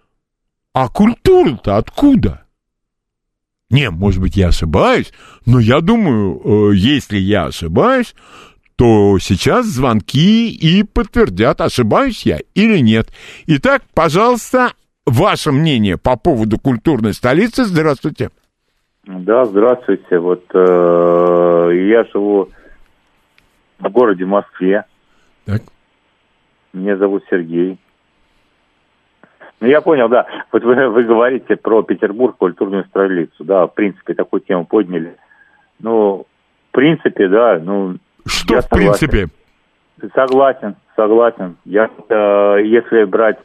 А культура-то откуда? Не, может быть, я ошибаюсь, но я думаю, если я ошибаюсь, то сейчас звонки и подтвердят, ошибаюсь я или нет. Итак, пожалуйста, ваше мнение по поводу культурной столицы. Здравствуйте. Да, здравствуйте. Вот э, я живу в городе Москве. Так. Меня зовут Сергей. Ну, я понял, да. Вот вы, вы говорите про Петербург, культурную столицу. Да, в принципе, такую тему подняли. Ну, в принципе, да. Ну, что я в принципе? Согласен, согласен. Я, э, если брать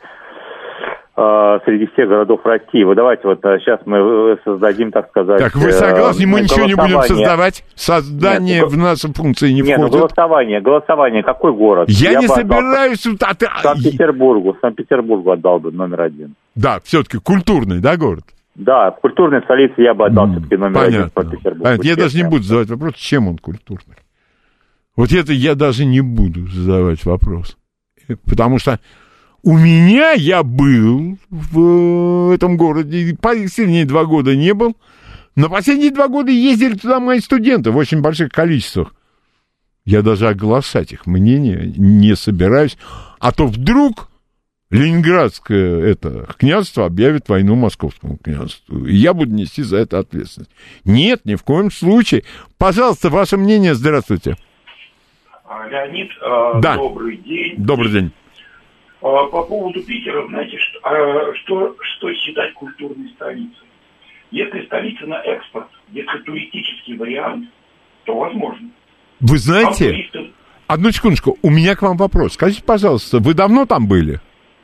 э, среди всех городов России, вот давайте вот э, сейчас мы создадим, так сказать... Так, вы согласны, э, мы ничего не будем создавать? Создание нет, в наши функции не нет, входит? Нет, ну голосование, голосование, какой город? Я, я не собираюсь... Отдал... Санкт-Петербургу, Санкт-Петербургу отдал бы номер один. Да, все-таки культурный, да, город? Да, в культурной столице я бы отдал mm, все-таки номер понятно. один по Петербургу. Понятно. Я даже не буду задавать вопрос, чем он культурный. Вот это я даже не буду задавать вопрос. Потому что у меня я был в этом городе, последние два года не был. На последние два года ездили туда мои студенты в очень больших количествах. Я даже оглашать их мнение не собираюсь. А то вдруг Ленинградское это княжество объявит войну Московскому княжеству. И я буду нести за это ответственность. Нет, ни в коем случае. Пожалуйста, ваше мнение. Здравствуйте. Леонид, э, да. Добрый день. Добрый день. Э, по поводу Питера, знаете, что, э, что, что считать культурной столицей? Если столица на экспорт, если туристический вариант, то возможно. Вы знаете, туристов... одну секундочку, у меня к вам вопрос. Скажите, пожалуйста, вы давно там были?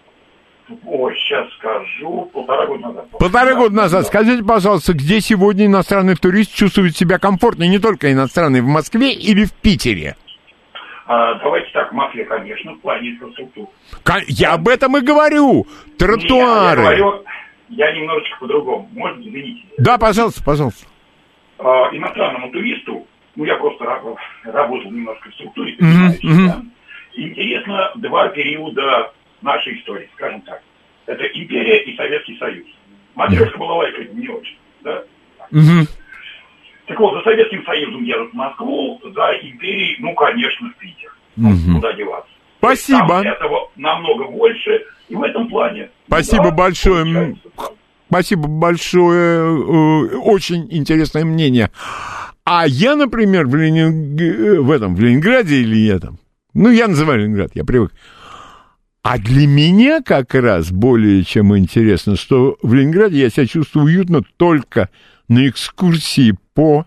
Ой, сейчас скажу, полтора года назад. Полтора года назад. Скажите, пожалуйста, где сегодня иностранный турист чувствует себя комфортно, не только иностранный, в Москве или в Питере? А, давайте так, в Москве, конечно, в плане инфраструктуры. Я об этом и говорю. Тротуары. Нет, я говорю, я немножечко по-другому. Можно, извините? Да, пожалуйста, пожалуйста. А, иностранному туристу, ну, я просто работал немножко в структуре, понимаете, mm-hmm. да? Интересно два периода нашей истории, скажем так. Это империя и Советский Союз. Матрешка была лайка не очень, да? Mm-hmm. Так вот, за Советским Союзом едут в Москву, за империей, ну, конечно, в Питер. Mm-hmm. Куда деваться? Спасибо. Там этого намного больше, и в этом плане... Спасибо да, большое. Спасибо большое. Очень интересное мнение. А я, например, в, Ленинг... в этом, в Ленинграде или я там... Ну, я называю Ленинград, я привык. А для меня как раз более чем интересно, что в Ленинграде я себя чувствую уютно только на экскурсии по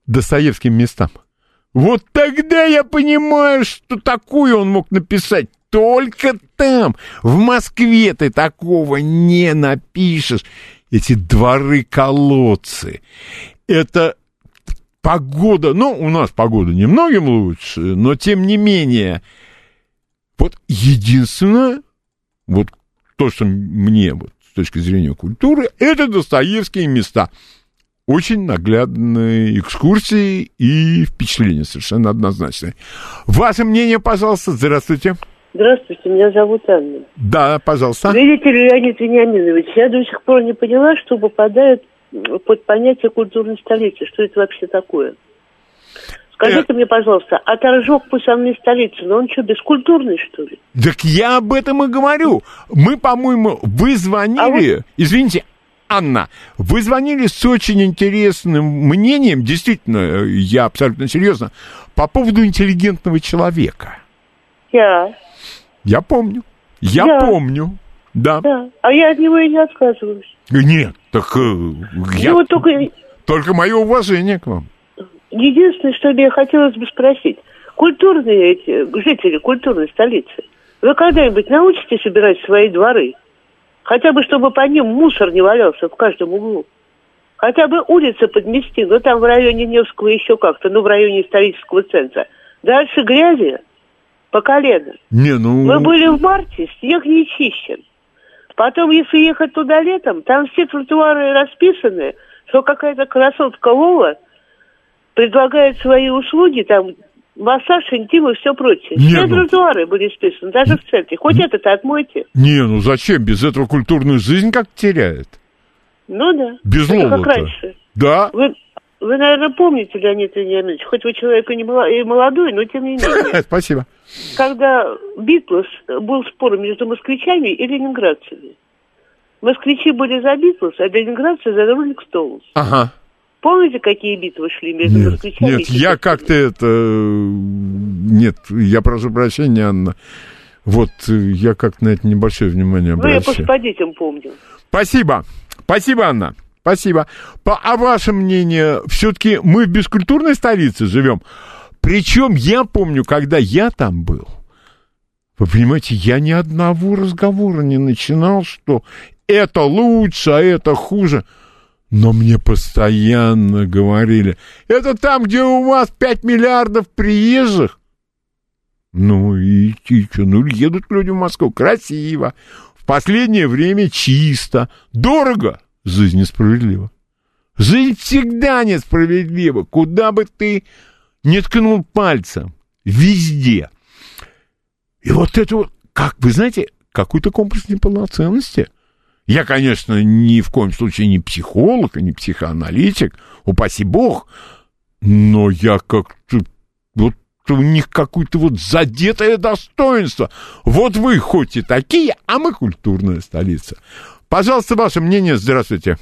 Достоевским местам. Вот тогда я понимаю, что такую он мог написать только там. В Москве ты такого не напишешь. Эти дворы-колодцы. Это погода. Ну, у нас погода немногим лучше, но тем не менее. Вот единственное, вот то, что мне вот с точки зрения культуры, это Достоевские места. Очень наглядные экскурсии и впечатления совершенно однозначные. Ваше мнение, пожалуйста. Здравствуйте. Здравствуйте, меня зовут Анна. Да, пожалуйста. Видите ли, Леонид Вениаминович, я до сих пор не поняла, что попадает под понятие культурной столицы. Что это вообще такое? Скажите э... мне, пожалуйста, а Торжок пусть он не столица, но он что, бескультурный, что ли? Так я об этом и говорю. Мы, по-моему, вы звонили... А вот... Извините, Анна, вы звонили с очень интересным мнением, действительно, я абсолютно серьезно, по поводу интеллигентного человека. Я. Я помню. Я да. помню. Да. да. А я от него и не отказываюсь. Нет, так э, я... Вот только... только мое уважение к вам. Единственное, что мне хотелось бы спросить. Культурные эти, жители культурной столицы, вы когда-нибудь научитесь убирать свои дворы? Хотя бы, чтобы по ним мусор не валялся в каждом углу. Хотя бы улицы подмести, ну там в районе Невского еще как-то, ну в районе исторического центра. Дальше грязи по колено. Не, ну... Мы были в марте, снег не чищен. Потом, если ехать туда летом, там все тротуары расписаны, что какая-то красотка Лола предлагает свои услуги, там массаж, интим и все прочее. Не, все ну... тротуары были списаны, даже в центре. Хоть не... это-то отмойте. Не, ну зачем? Без этого культурную жизнь как теряет? Ну да. Без Лолы-то. Как раньше. Да. Вы, вы, наверное, помните, Леонид Вениаминович, хоть вы человек и, не и молодой, но тем не менее. Спасибо. Когда Битлз был спор между москвичами и ленинградцами. Москвичи были за Битлз, а ленинградцы за Роллинг Стоунс. Ага. Помните, какие битвы шли между нет, москвичами? Нет, я как-то это... Нет, я прошу прощения, Анна. Вот, я как-то на это небольшое внимание обращаю. Ну, я просто по детям помню. Спасибо. Спасибо, Анна. Спасибо. По, а ваше мнение, все-таки мы в бескультурной столице живем? Причем я помню, когда я там был, вы понимаете, я ни одного разговора не начинал, что это лучше, а это хуже. Но мне постоянно говорили, это там, где у вас пять миллиардов приезжих. Ну и, и что, ну едут люди в Москву, красиво, в последнее время чисто, дорого, жизнь несправедлива. Жизнь всегда несправедлива, куда бы ты ни ткнул пальцем, везде. И вот это вот, как, вы знаете, какой-то комплекс неполноценности. Я, конечно, ни в коем случае не психолог, не психоаналитик, упаси бог, но я как-то, вот у них какое-то вот задетое достоинство. Вот вы хоть и такие, а мы культурная столица. Пожалуйста, ваше мнение, здравствуйте.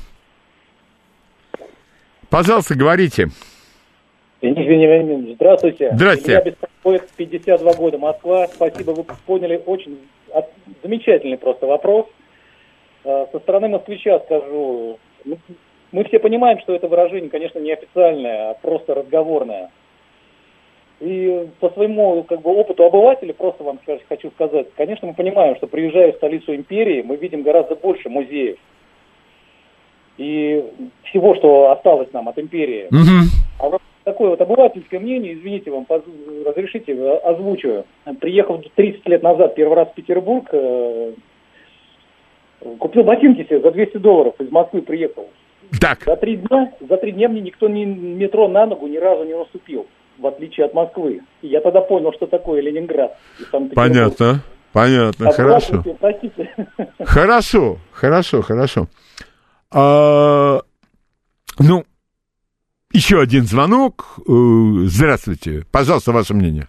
Пожалуйста, говорите. Леонид Вениаминович, здравствуйте. Здравствуйте. Меня беспокоит пятьдесят два года Москва. Спасибо, вы поняли очень замечательный просто вопрос. Со стороны москвича скажу, мы все понимаем, что это выражение, конечно, не официальное, а просто разговорное. И по своему как бы, опыту обывателя просто вам хочу сказать, конечно, мы понимаем, что приезжая в столицу империи, мы видим гораздо больше музеев и всего, что осталось нам от империи. Mm-hmm. А вот такое вот обывательское мнение, извините, вам поз... разрешите, озвучу. Приехав тридцать лет назад первый раз в Петербург, э... купил ботинки себе за двести долларов, из Москвы приехал. Так. За три дня, за три дня мне никто ни метро на ногу ни разу не наступил, в отличие от Москвы. И я тогда понял, что такое Ленинград. Понятно, понятно, а хорошо. Простите. Хорошо, хорошо, хорошо. А, ну, еще один звонок. Здравствуйте. Пожалуйста, ваше мнение.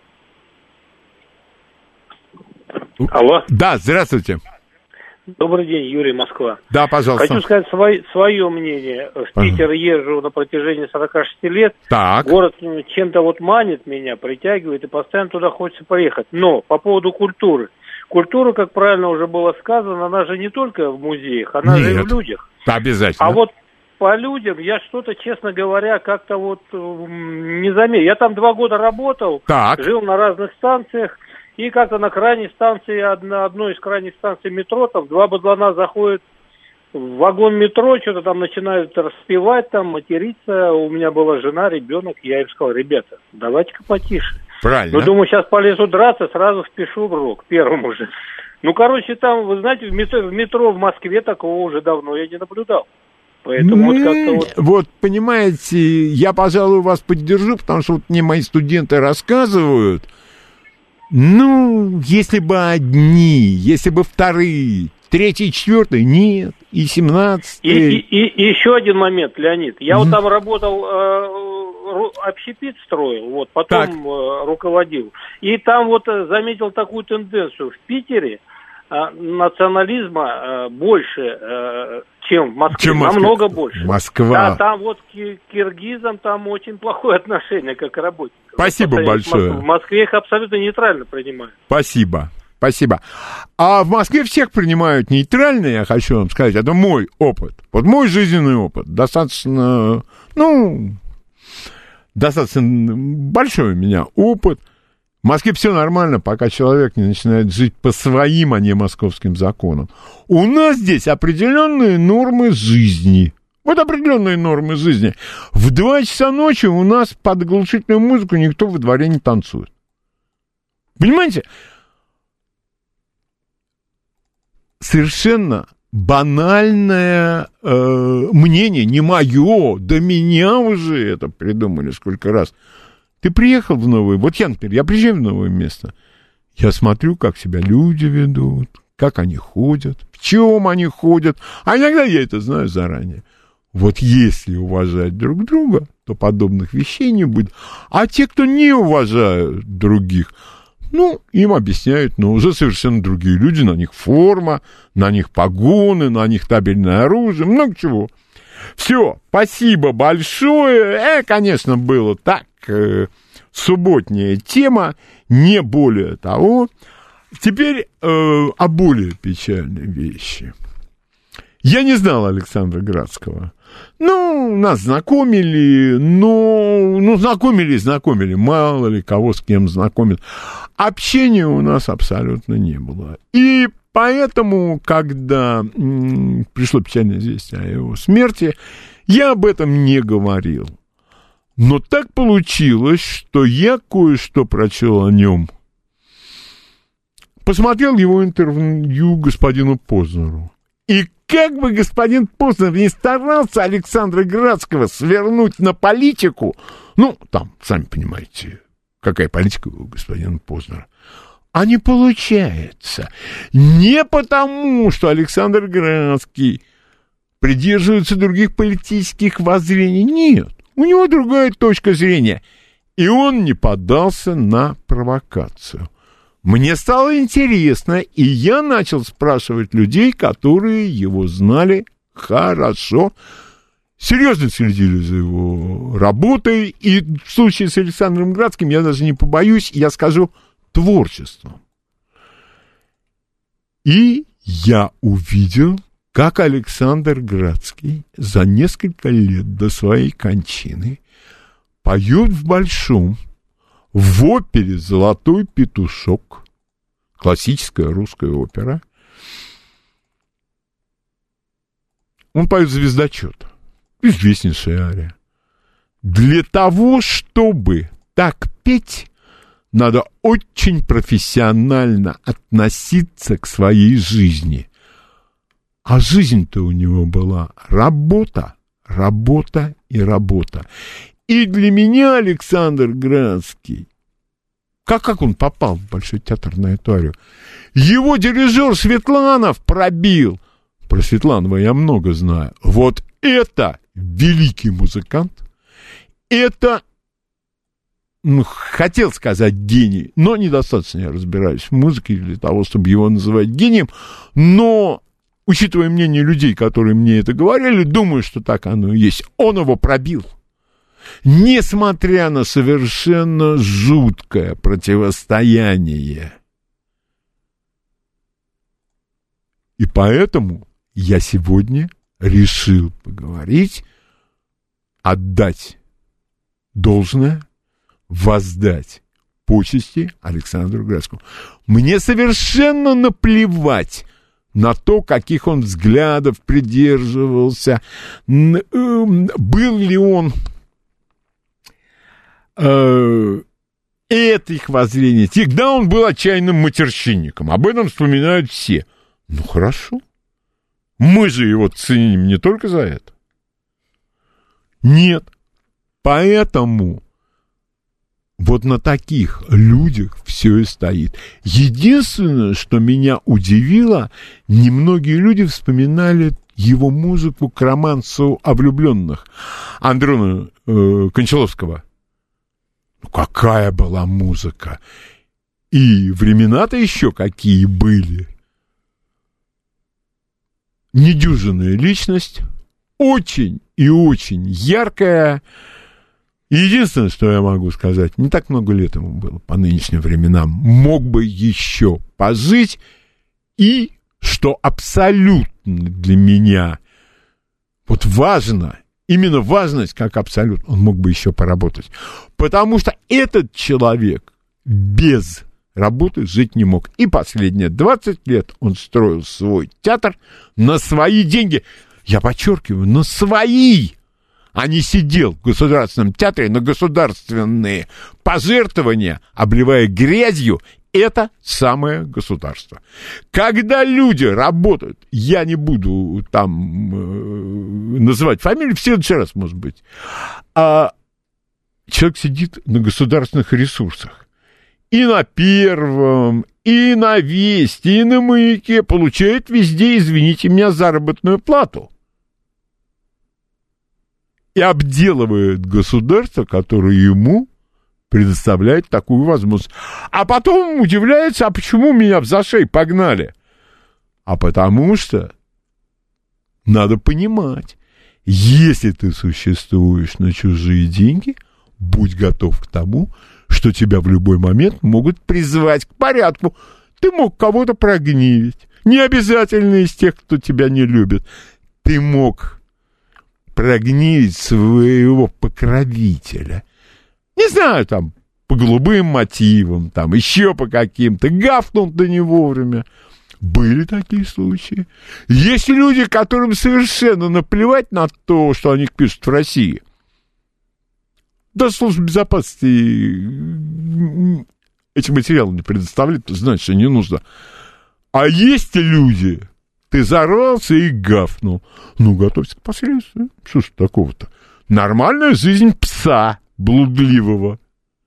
Алло. Да, здравствуйте. Добрый день, Юрий, Москва. Да, пожалуйста. Хочу сказать свой, свое мнение. В Питер езжу на протяжении сорока шести лет. Так. Город чем-то вот манит меня, притягивает, и постоянно туда хочется поехать. Но по поводу культуры. Культура, как правильно уже было сказано, она же не только в музеях, она Нет. же и в людях. Обязательно. А вот по людям я что-то, честно говоря, как-то вот не заметил. Я там два года работал, так. жил на разных станциях. И как-то на крайней станции, на одной из крайних станций метро, там два бадлана заходят в вагон метро, что-то там начинают распевать, там материться. У меня была жена, ребенок. Я им сказал: ребята, давайте-ка потише. Правильно. Ну, думаю, сейчас полезу драться, сразу впишу в рог, первому же. Ну, короче, там, вы знаете, в метро, в метро в Москве такого уже давно я не наблюдал. Поэтому вот как-то вот... Вот, понимаете, я, пожалуй, вас поддержу, потому что вот мне мои студенты рассказывают, ну, если бы одни, если бы вторые, третий, четвертый, нет, и семнадцатый. И, и, и, и еще один момент, Леонид. Я mm-hmm. вот там работал, э, общепит строил, вот, потом э, руководил. И там вот э, заметил такую тенденцию. В Питере э, национализма э, больше, э, чем в Москве. Чем намного больше. Москва. Да, там вот к киргизам там очень плохое отношение, как к работникам. Спасибо большое. В Москве их абсолютно нейтрально принимают. Спасибо. Спасибо. А в Москве всех принимают нейтрально, я хочу вам сказать. Это мой опыт. Вот мой жизненный опыт. Достаточно, ну, достаточно большой у меня опыт. В Москве все нормально, пока человек не начинает жить по своим, а не московским законам. У нас здесь определенные нормы жизни. Вот определенные нормы жизни. В два часа ночи у нас под оглушительную музыку никто во дворе не танцует. Понимаете? Совершенно банальное э, мнение, не мое, да меня уже это придумали сколько раз. Ты приехал в новое, вот я, например, я приезжаю в новое место, я смотрю, как себя люди ведут, как они ходят, в чем они ходят, а иногда я это знаю заранее. Вот если уважать друг друга, то подобных вещей не будет. А те, кто не уважают других, ну, им объясняют, но уже совершенно другие люди, на них форма, на них погоны, на них табельное оружие, много чего. Все, спасибо большое. Э, конечно, было так, э, субботняя тема, не более того. Теперь э, о более печальной вещи. Я не знал Александра Градского. Ну, нас знакомили, но... Ну, знакомили, знакомили, мало ли кого с кем знакомят. Общения у нас абсолютно не было. И поэтому, когда м- пришло печальное известие о его смерти, я об этом не говорил. Но так получилось, что я кое-что прочел о нем. Посмотрел его интервью господину Познеру. И как бы господин Познер не старался Александра Градского свернуть на политику, ну, там, сами понимаете, какая политика у господина Познера, а не получается. Не потому, что Александр Градский придерживается других политических воззрений, нет, у него другая точка зрения, и он не поддался на провокацию. Мне стало интересно, и я начал спрашивать людей, которые его знали хорошо, серьезно следили за его работой, и в случае с Александром Градским, я даже не побоюсь, я скажу, творчеством. И я увидел, как Александр Градский за несколько лет до своей кончины поет в Большом, в опере «Золотой петушок», классическая русская опера, он поет «Звездочет», известнейшая ария. Для того, чтобы так петь, надо очень профессионально относиться к своей жизни. А жизнь-то у него была работа, работа и работа. И для меня Александр Градский, как, как он попал в Большой театр на эту арию? Его дирижер Светланов пробил. Про Светланова я много знаю. Вот это великий музыкант. Это, ну, хотел сказать гений, но недостаточно я разбираюсь в музыке для того, чтобы его называть гением. Но, учитывая мнение людей, которые мне это говорили, думаю, что так оно и есть. Он его пробил. Несмотря на совершенно жуткое противостояние. И поэтому я сегодня решил поговорить, отдать должное, воздать почести Александру Градскому. Мне совершенно наплевать на то, каких он взглядов придерживался, был ли он э, этих воззрений. Всегда он был отчаянным матерщинником. Об этом вспоминают все. Ну, хорошо. Мы же его ценим не только за это. Нет. Поэтому вот на таких людях все и стоит. Единственное, что меня удивило, немногие люди вспоминали его музыку к романсу о влюбленных Андрона э, Кончаловского. Ну, какая была музыка! И времена-то еще какие были. Недюжинная личность, очень и очень яркая. Единственное, что я могу сказать, не так много лет ему было по нынешним временам, мог бы еще пожить, и, что абсолютно для меня вот важно, именно важность как абсолют, он мог бы еще поработать. Потому что этот человек без работы жить не мог. И последние двадцать лет он строил свой театр на свои деньги. Я подчеркиваю, на свои. А не сидел в государственном театре на государственные пожертвования, обливая грязью это самое государство. Когда люди работают, я не буду там э, называть фамилии, в следующий раз, может быть, а человек сидит на государственных ресурсах. И на Первом, и на Вести, и на Маяке получает везде, извините меня, заработную плату. И обделывает государство, которое ему предоставляет такую возможность. А потом удивляется, а почему меня в зашей погнали? А потому что надо понимать, если ты существуешь на чужие деньги, будь готов к тому, что тебя в любой момент могут призвать к порядку. Ты мог кого-то прогневить. Не обязательно из тех, кто тебя не любит. Ты мог прогневить своего покровителя. Не знаю, там, по голубым мотивам, там, еще по каким-то, гафнул да не вовремя. Были такие случаи. Есть люди, которым совершенно наплевать на то, что они пишут в России. Да, служба безопасности эти материалы не предоставляет, значит, что не нужно. А есть люди, ты зарвался и гафнул. Ну, готовься к последствиям. Что ж такого-то? Нормальная жизнь пса блудливого.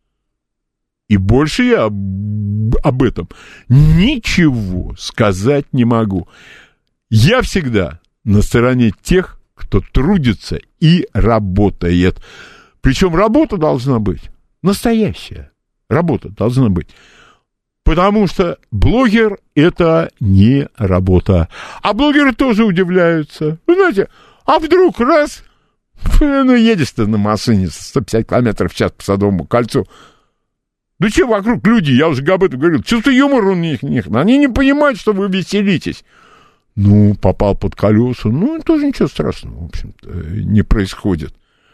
И больше я об, об этом ничего сказать не могу. Я всегда на стороне тех, кто трудится и работает. Причем работа должна быть настоящая. Работа должна быть. Потому что блогер — это не работа. А блогеры тоже удивляются. Вы знаете, а вдруг раз, ну, едешь ты на машине сто пятьдесят километров в час по Садовому кольцу. Да что вокруг люди, я уже об этом говорил, чувство юмора у них нет. Они не понимают, что вы веселитесь. Ну, попал под колеса, ну, тоже ничего страшного, в общем-то, не происходит.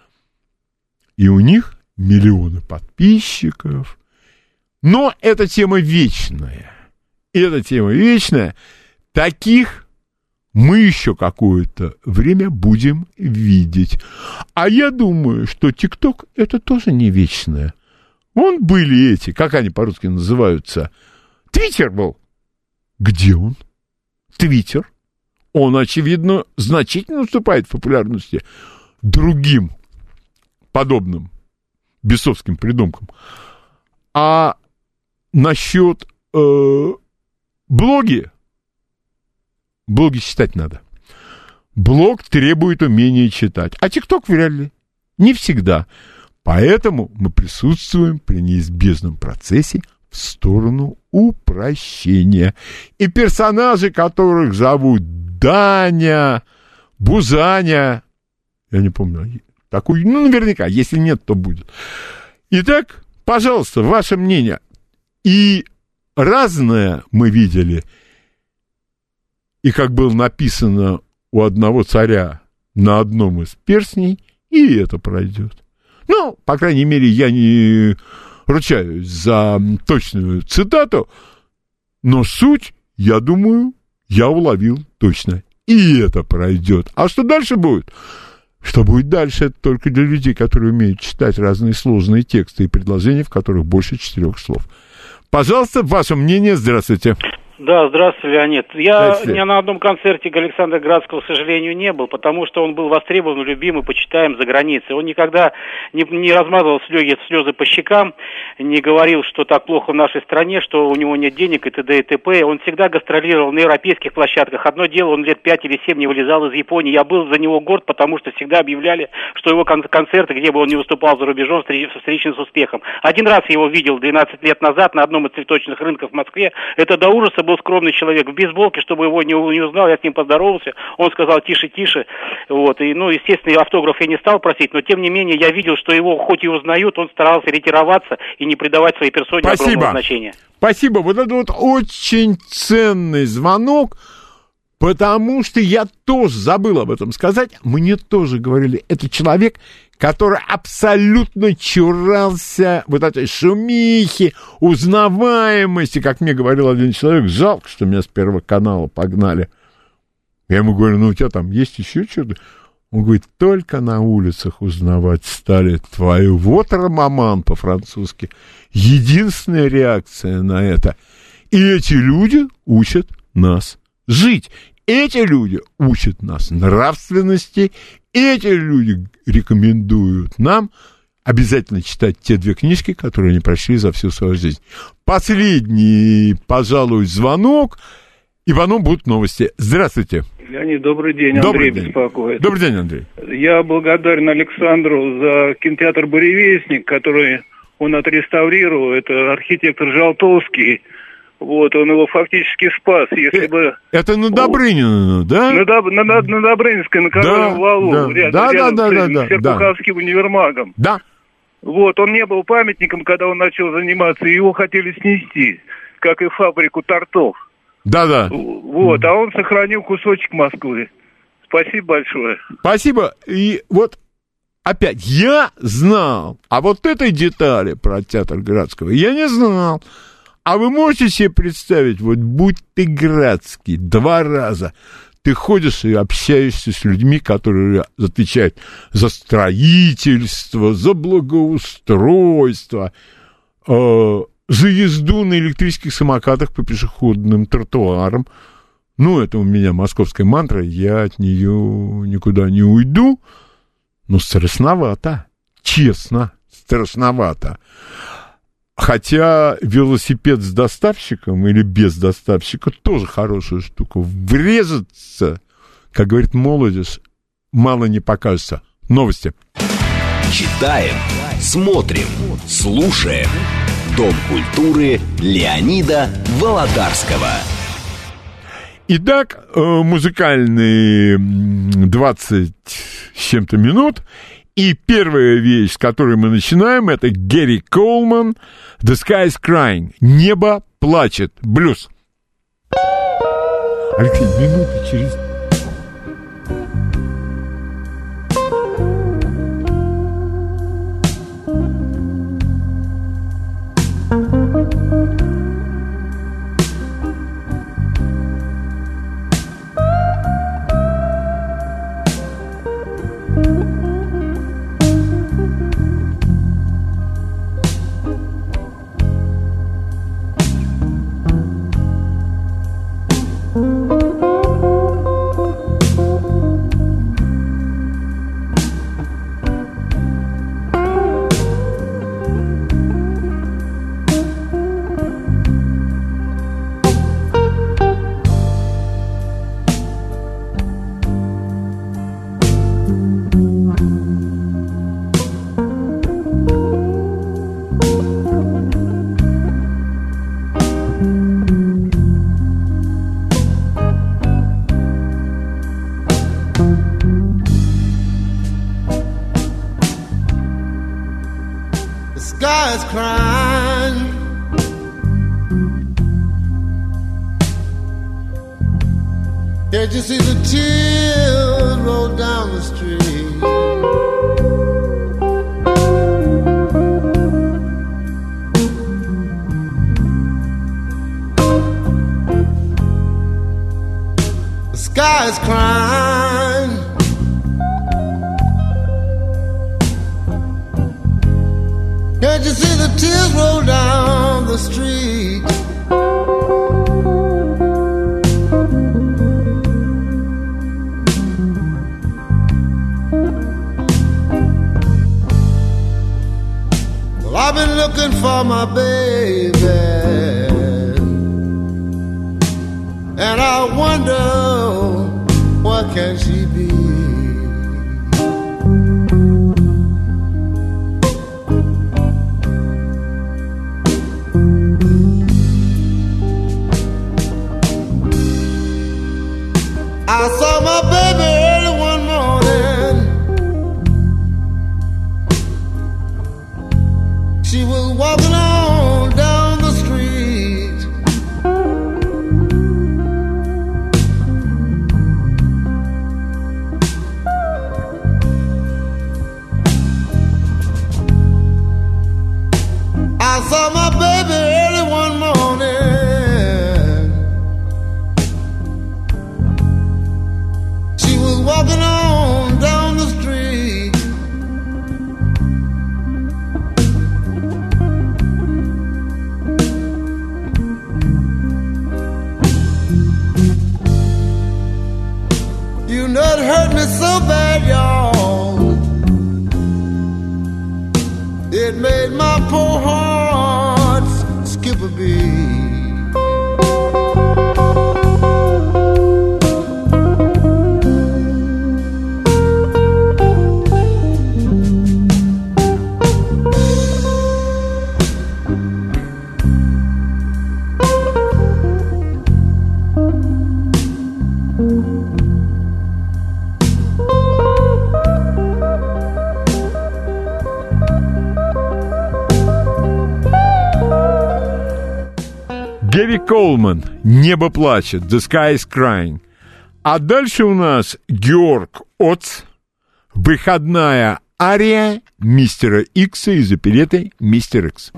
И у них миллионы подписчиков. Но эта тема вечная. Эта тема вечная. Таких мы еще какое-то время будем видеть. А я думаю, что ТикТок — это тоже не вечное. Вон были эти, как они по-русски называются. Твиттер был. Где он? Твиттер. Он, очевидно, значительно уступает в популярности другим подобным бесовским придумкам. А насчет э, блоги, блоги читать надо. Блог требует умения читать, а ТикТок вряд ли. Не всегда. Поэтому мы присутствуем при неизбежном процессе в сторону упрощения. И персонажи, которых зовут Даня, Бузаня, я не помню, такой, ну, наверняка, если нет, то будет. Итак, пожалуйста, ваше мнение. И разное мы видели, и как было написано у одного царя на одном из перстней, и это пройдет. Ну, по крайней мере, я не ручаюсь за точную цитату, но суть, я думаю, я уловил точно. И это пройдет. А что дальше будет? Что будет дальше, это только для людей, которые умеют читать разные сложные тексты и предложения, в которых больше четырех слов. Пожалуйста, ваше мнение. Здравствуйте. Да, здравствуйте, Леонид. Я Здравствуйте. ни на одном концерте Александра Градского, к сожалению, не был, потому что он был востребован, любим и почитаем за границей. Он никогда не, не размазывал слезы, слезы по щекам, не говорил, что так плохо в нашей стране, что у него нет денег и т.д. и т.п. Он всегда гастролировал на европейских площадках. Одно дело, он лет пять или семь не вылезал из Японии. Я был за него горд, потому что всегда объявляли, что его кон- концерты, где бы он ни выступал за рубежом, встречены с успехом. Один раз я его видел двенадцать лет назад на одном из цветочных рынков в Москве. Это до ужаса был скромный человек в бейсболке, чтобы его не, не узнал, я с ним поздоровался, он сказал тише, тише, вот, и, ну, естественно, автограф я не стал просить, но, тем не менее, я видел, что его, хоть и узнают, он старался ретироваться и не придавать своей персоне Спасибо. огромного значения. Спасибо, вот это вот очень ценный звонок, потому что я тоже забыл об этом сказать, мне тоже говорили, это человек, который абсолютно чурался вот этой шумихи, узнаваемости, как мне говорил один человек, жалко, что меня с Первого канала погнали. Я ему говорю, ну у тебя там есть еще что-то? Он говорит, только на улицах узнавать стали твою. Вот роман по-французски. Единственная реакция на это. И эти люди учат нас жить. Эти люди учат нас нравственности. Эти люди рекомендуют нам обязательно читать те две книжки, которые они прочли за всю свою жизнь. Последний, пожалуй, звонок, и потом будут новости. Здравствуйте. Леонид, добрый день. Добрый Андрей день. беспокоит. Добрый день, Андрей. Я благодарен Александру за кинотеатр «Буревестник», который он отреставрировал. Это архитектор Жалтовский. Вот, он его фактически спас, если бы... Это на Добрынина, да? На, Доб... на, на, на Добрынинской, на Коровьем валу, да, рядом, да, рядом да, с, да, да, с Серпуховским да. универмагом. Да. Вот, он не был памятником, когда он начал заниматься, и его хотели снести, как и фабрику тортов. Да-да. Вот, а он сохранил кусочек Москвы. Спасибо большое. Спасибо. И вот опять, я знал, а вот этой детали про театр Градского я не знал. А вы можете себе представить, вот будь ты Градский два раза, ты ходишь и общаешься с людьми, которые отвечают за строительство, за благоустройство, э, за езду на электрических самокатах по пешеходным тротуарам. Ну, это у меня московская мантра, я от нее никуда не уйду, но страшновато, честно, страшновато. Хотя велосипед с доставщиком или без доставщика тоже хорошая штука. Врезаться, как говорит молодежь, мало не покажется. Новости. Читаем, смотрим, слушаем. Дом культуры Леонида Володарского. Итак, музыкальные двадцать с чем-то минут. И первая вещь, с которой мы начинаем, это Гэри Коулман, «The Sky is Crying», «Небо плачет», блюз. Алексей, минуты через... Can't you see the tears roll down the street? sky is crying. Can't you see the tears roll down the street? Well, I've been looking for my baby, and I wonder, where can she be? I saw my baby early one morning. She was walking on down the street. I saw my baby early one morning. Walking on down the street. You know it hurt me so bad, y'all. It made my poor heart skip a beat. Гэри Колман, «Небо плачет», «The Sky is Crying». А дальше у нас Георг Оц, выходная ария Мистера Икса из оперетты «Мистер Икс».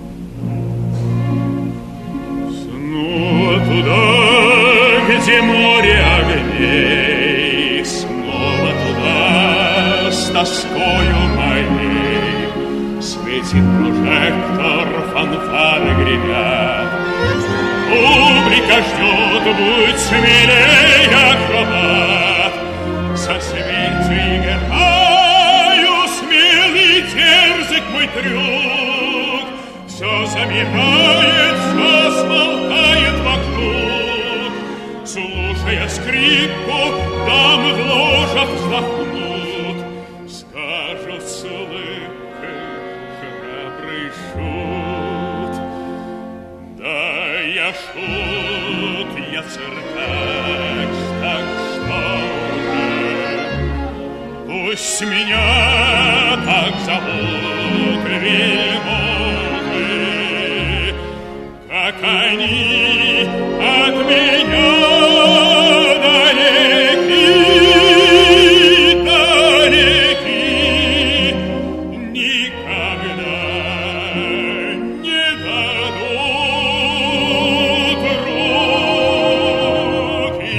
Снова туда, где море огней, снова туда, с тоскою моей, светит прожектор, фанфары гремят. Публика ждет, будь смелей, акробат. Созвездия играю, смелый, дерзок мой трюк. Все замирает, все смолкает вокруг. Слушая скрипку, дамы в ложах вздохнут. Скажут с улыбкой храбрый шут. Да, я шут, я циркач, так что же? Пусть меня так зовут вельможи, как они от меня далеки, далеки, никогда не дадут руки.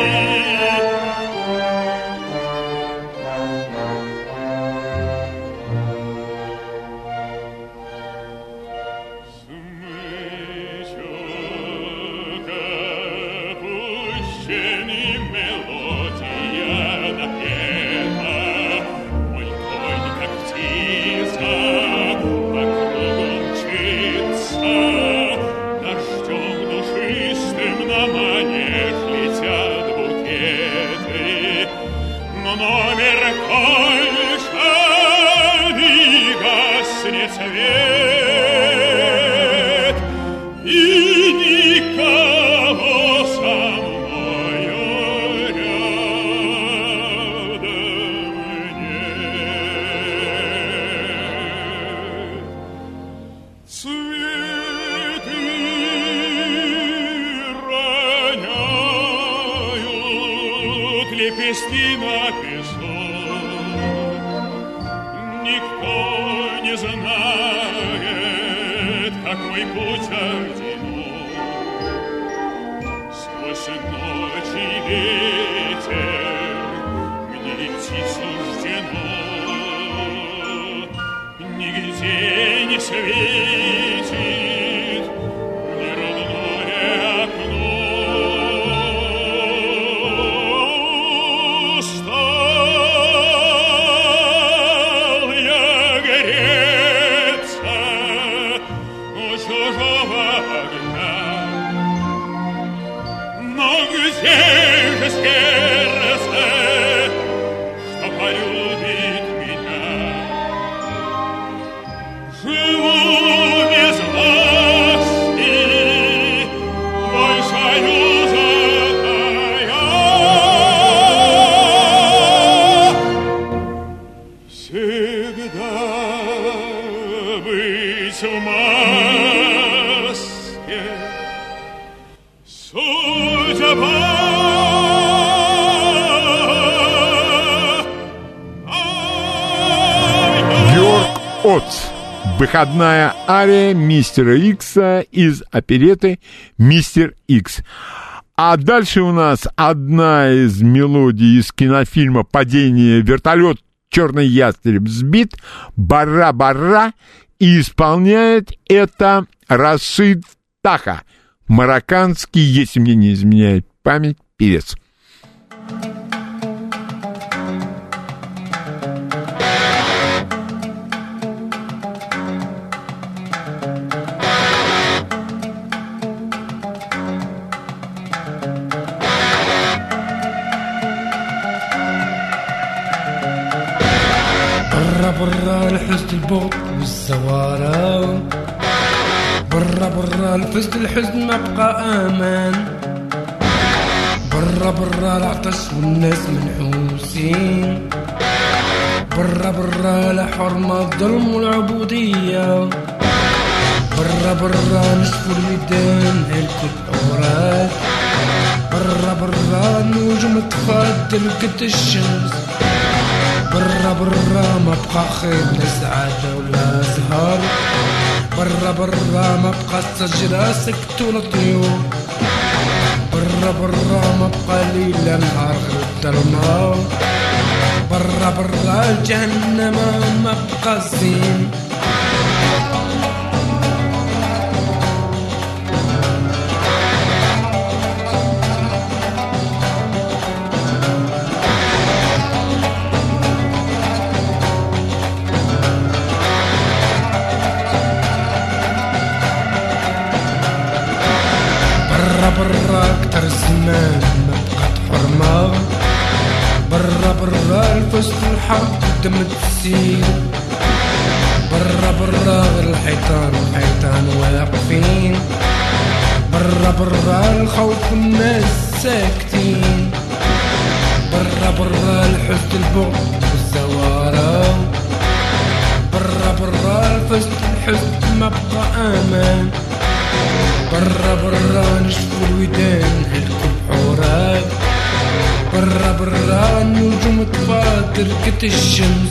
Опущенный мелодия напета, мой конь, как птица, по кругу мчится, дождем душистым на манеж летят букеты, но номер кончен и гаснет свет, и никого со мною рядом нет. Цветы роняют лепестки на песок. Никто не знает, как мой путь одинок. Сквозь ночь колючий ветер, мне идти суждено, нигде не светит ни родное окно. Устал я гореться у чужого огня, но где же сердце, что полюбит меня? Живу без власти, мой союза тая. Всегда быть в маске, судьба. Йорк Отц. Выходная ария мистера Икса из опереты «Мистер Икс». А дальше у нас одна из мелодий из кинофильма «Падение вертолет. Черный ястреб сбит», «Бара-бара», и исполняет это Рашид Таха, марокканский, если мне не изменяет память, певец. برا برا الحزن البغض والزوارة، برا برا الفزد الحزن ما بقى امان، برا برا العطش والناس منحوسين، برا برا الحرمة الظلم والعبودية، برا برا نشفوا الودان هلكوا الأوراق، برا برا النجوم تفضل قد الشمس، برا برا ما بقى خير لا سعادة ولا زهر، برا برا ما بقى الشجرة سكت ولا طيور، برا برا ما بقى ليل لا نهار غير الظلمة، برا برا الجهنم ما بقى الزين. برا اكتر الزمان ما بقات حرمة، برا برا الفسق والحق دم تسيل، برا برا الحيطان والحيطان واقفين، برا برا الخوف والناس ساكتين، برا برا الحزن البغض والزوارة، برا برا الفسق الحزن ما بقى امان، برا برا نشفوا الودان هلكوا بحورات، برا برا النجوم تفاضل قد الشمس.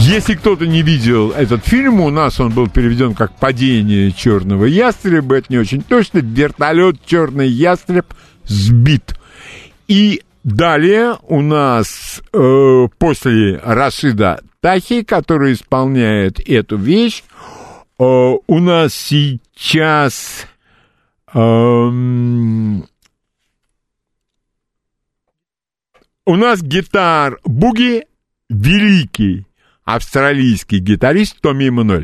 Если кто-то не видел этот фильм, у нас он был переведен как «Падение черного ястреба». Это не очень точно. Вертолет «Черный ястреб» сбит. И далее у нас э, после Рашида Тахи, который исполняет эту вещь, э, у нас сейчас э, у нас гитар буги великий австралийский гитарист Томми Эммануэль.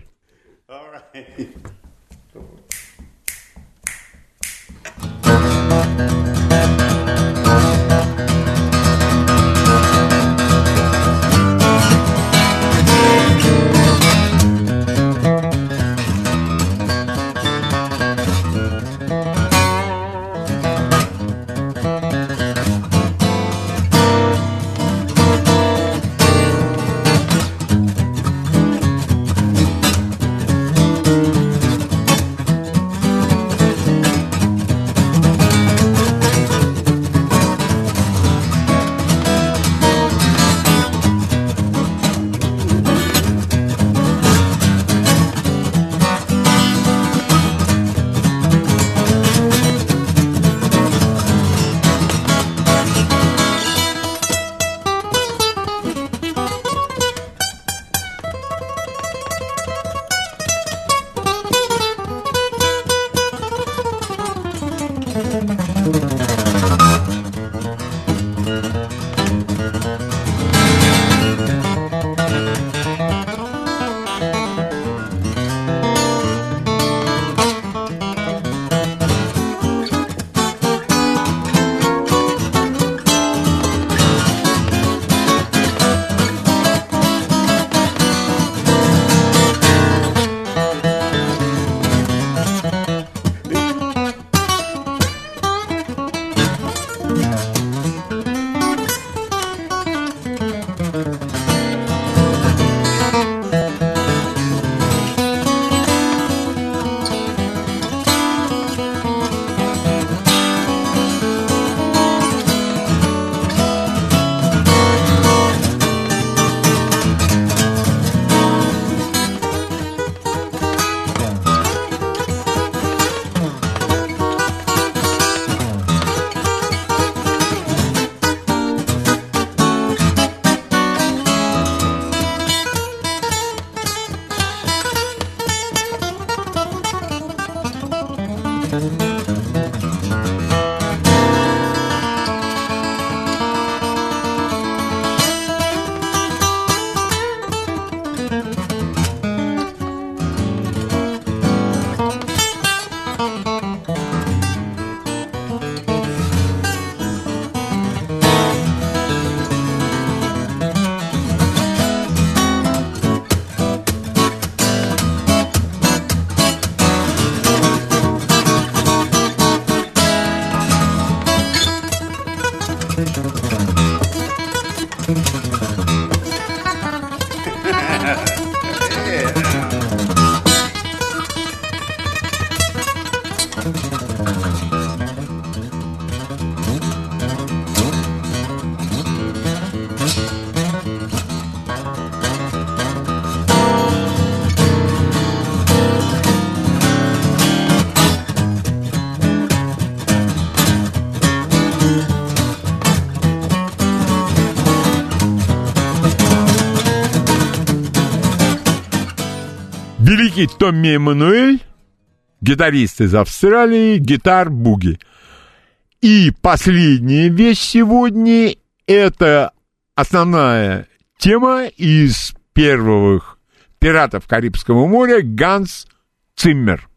Великий Томми Эммануэль, гитарист из Австралии, гитар-буги. И последняя вещь сегодня — это основная тема из первых «Пиратов Карибского моря» Ганс Циммер.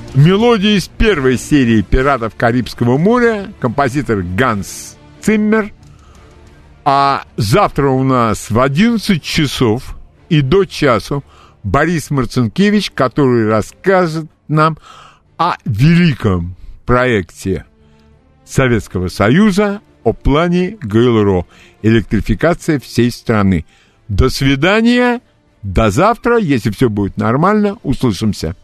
мелодия из первой серии «Пиратов Карибского моря», композитор Ганс Циммер. А завтра у нас в одиннадцать часов и до часу Борис Марцинкевич, который расскажет нам о великом проекте Советского Союза, о плане ГЛРО, электрификация всей страны. До свидания, до завтра, если все будет нормально, услышимся.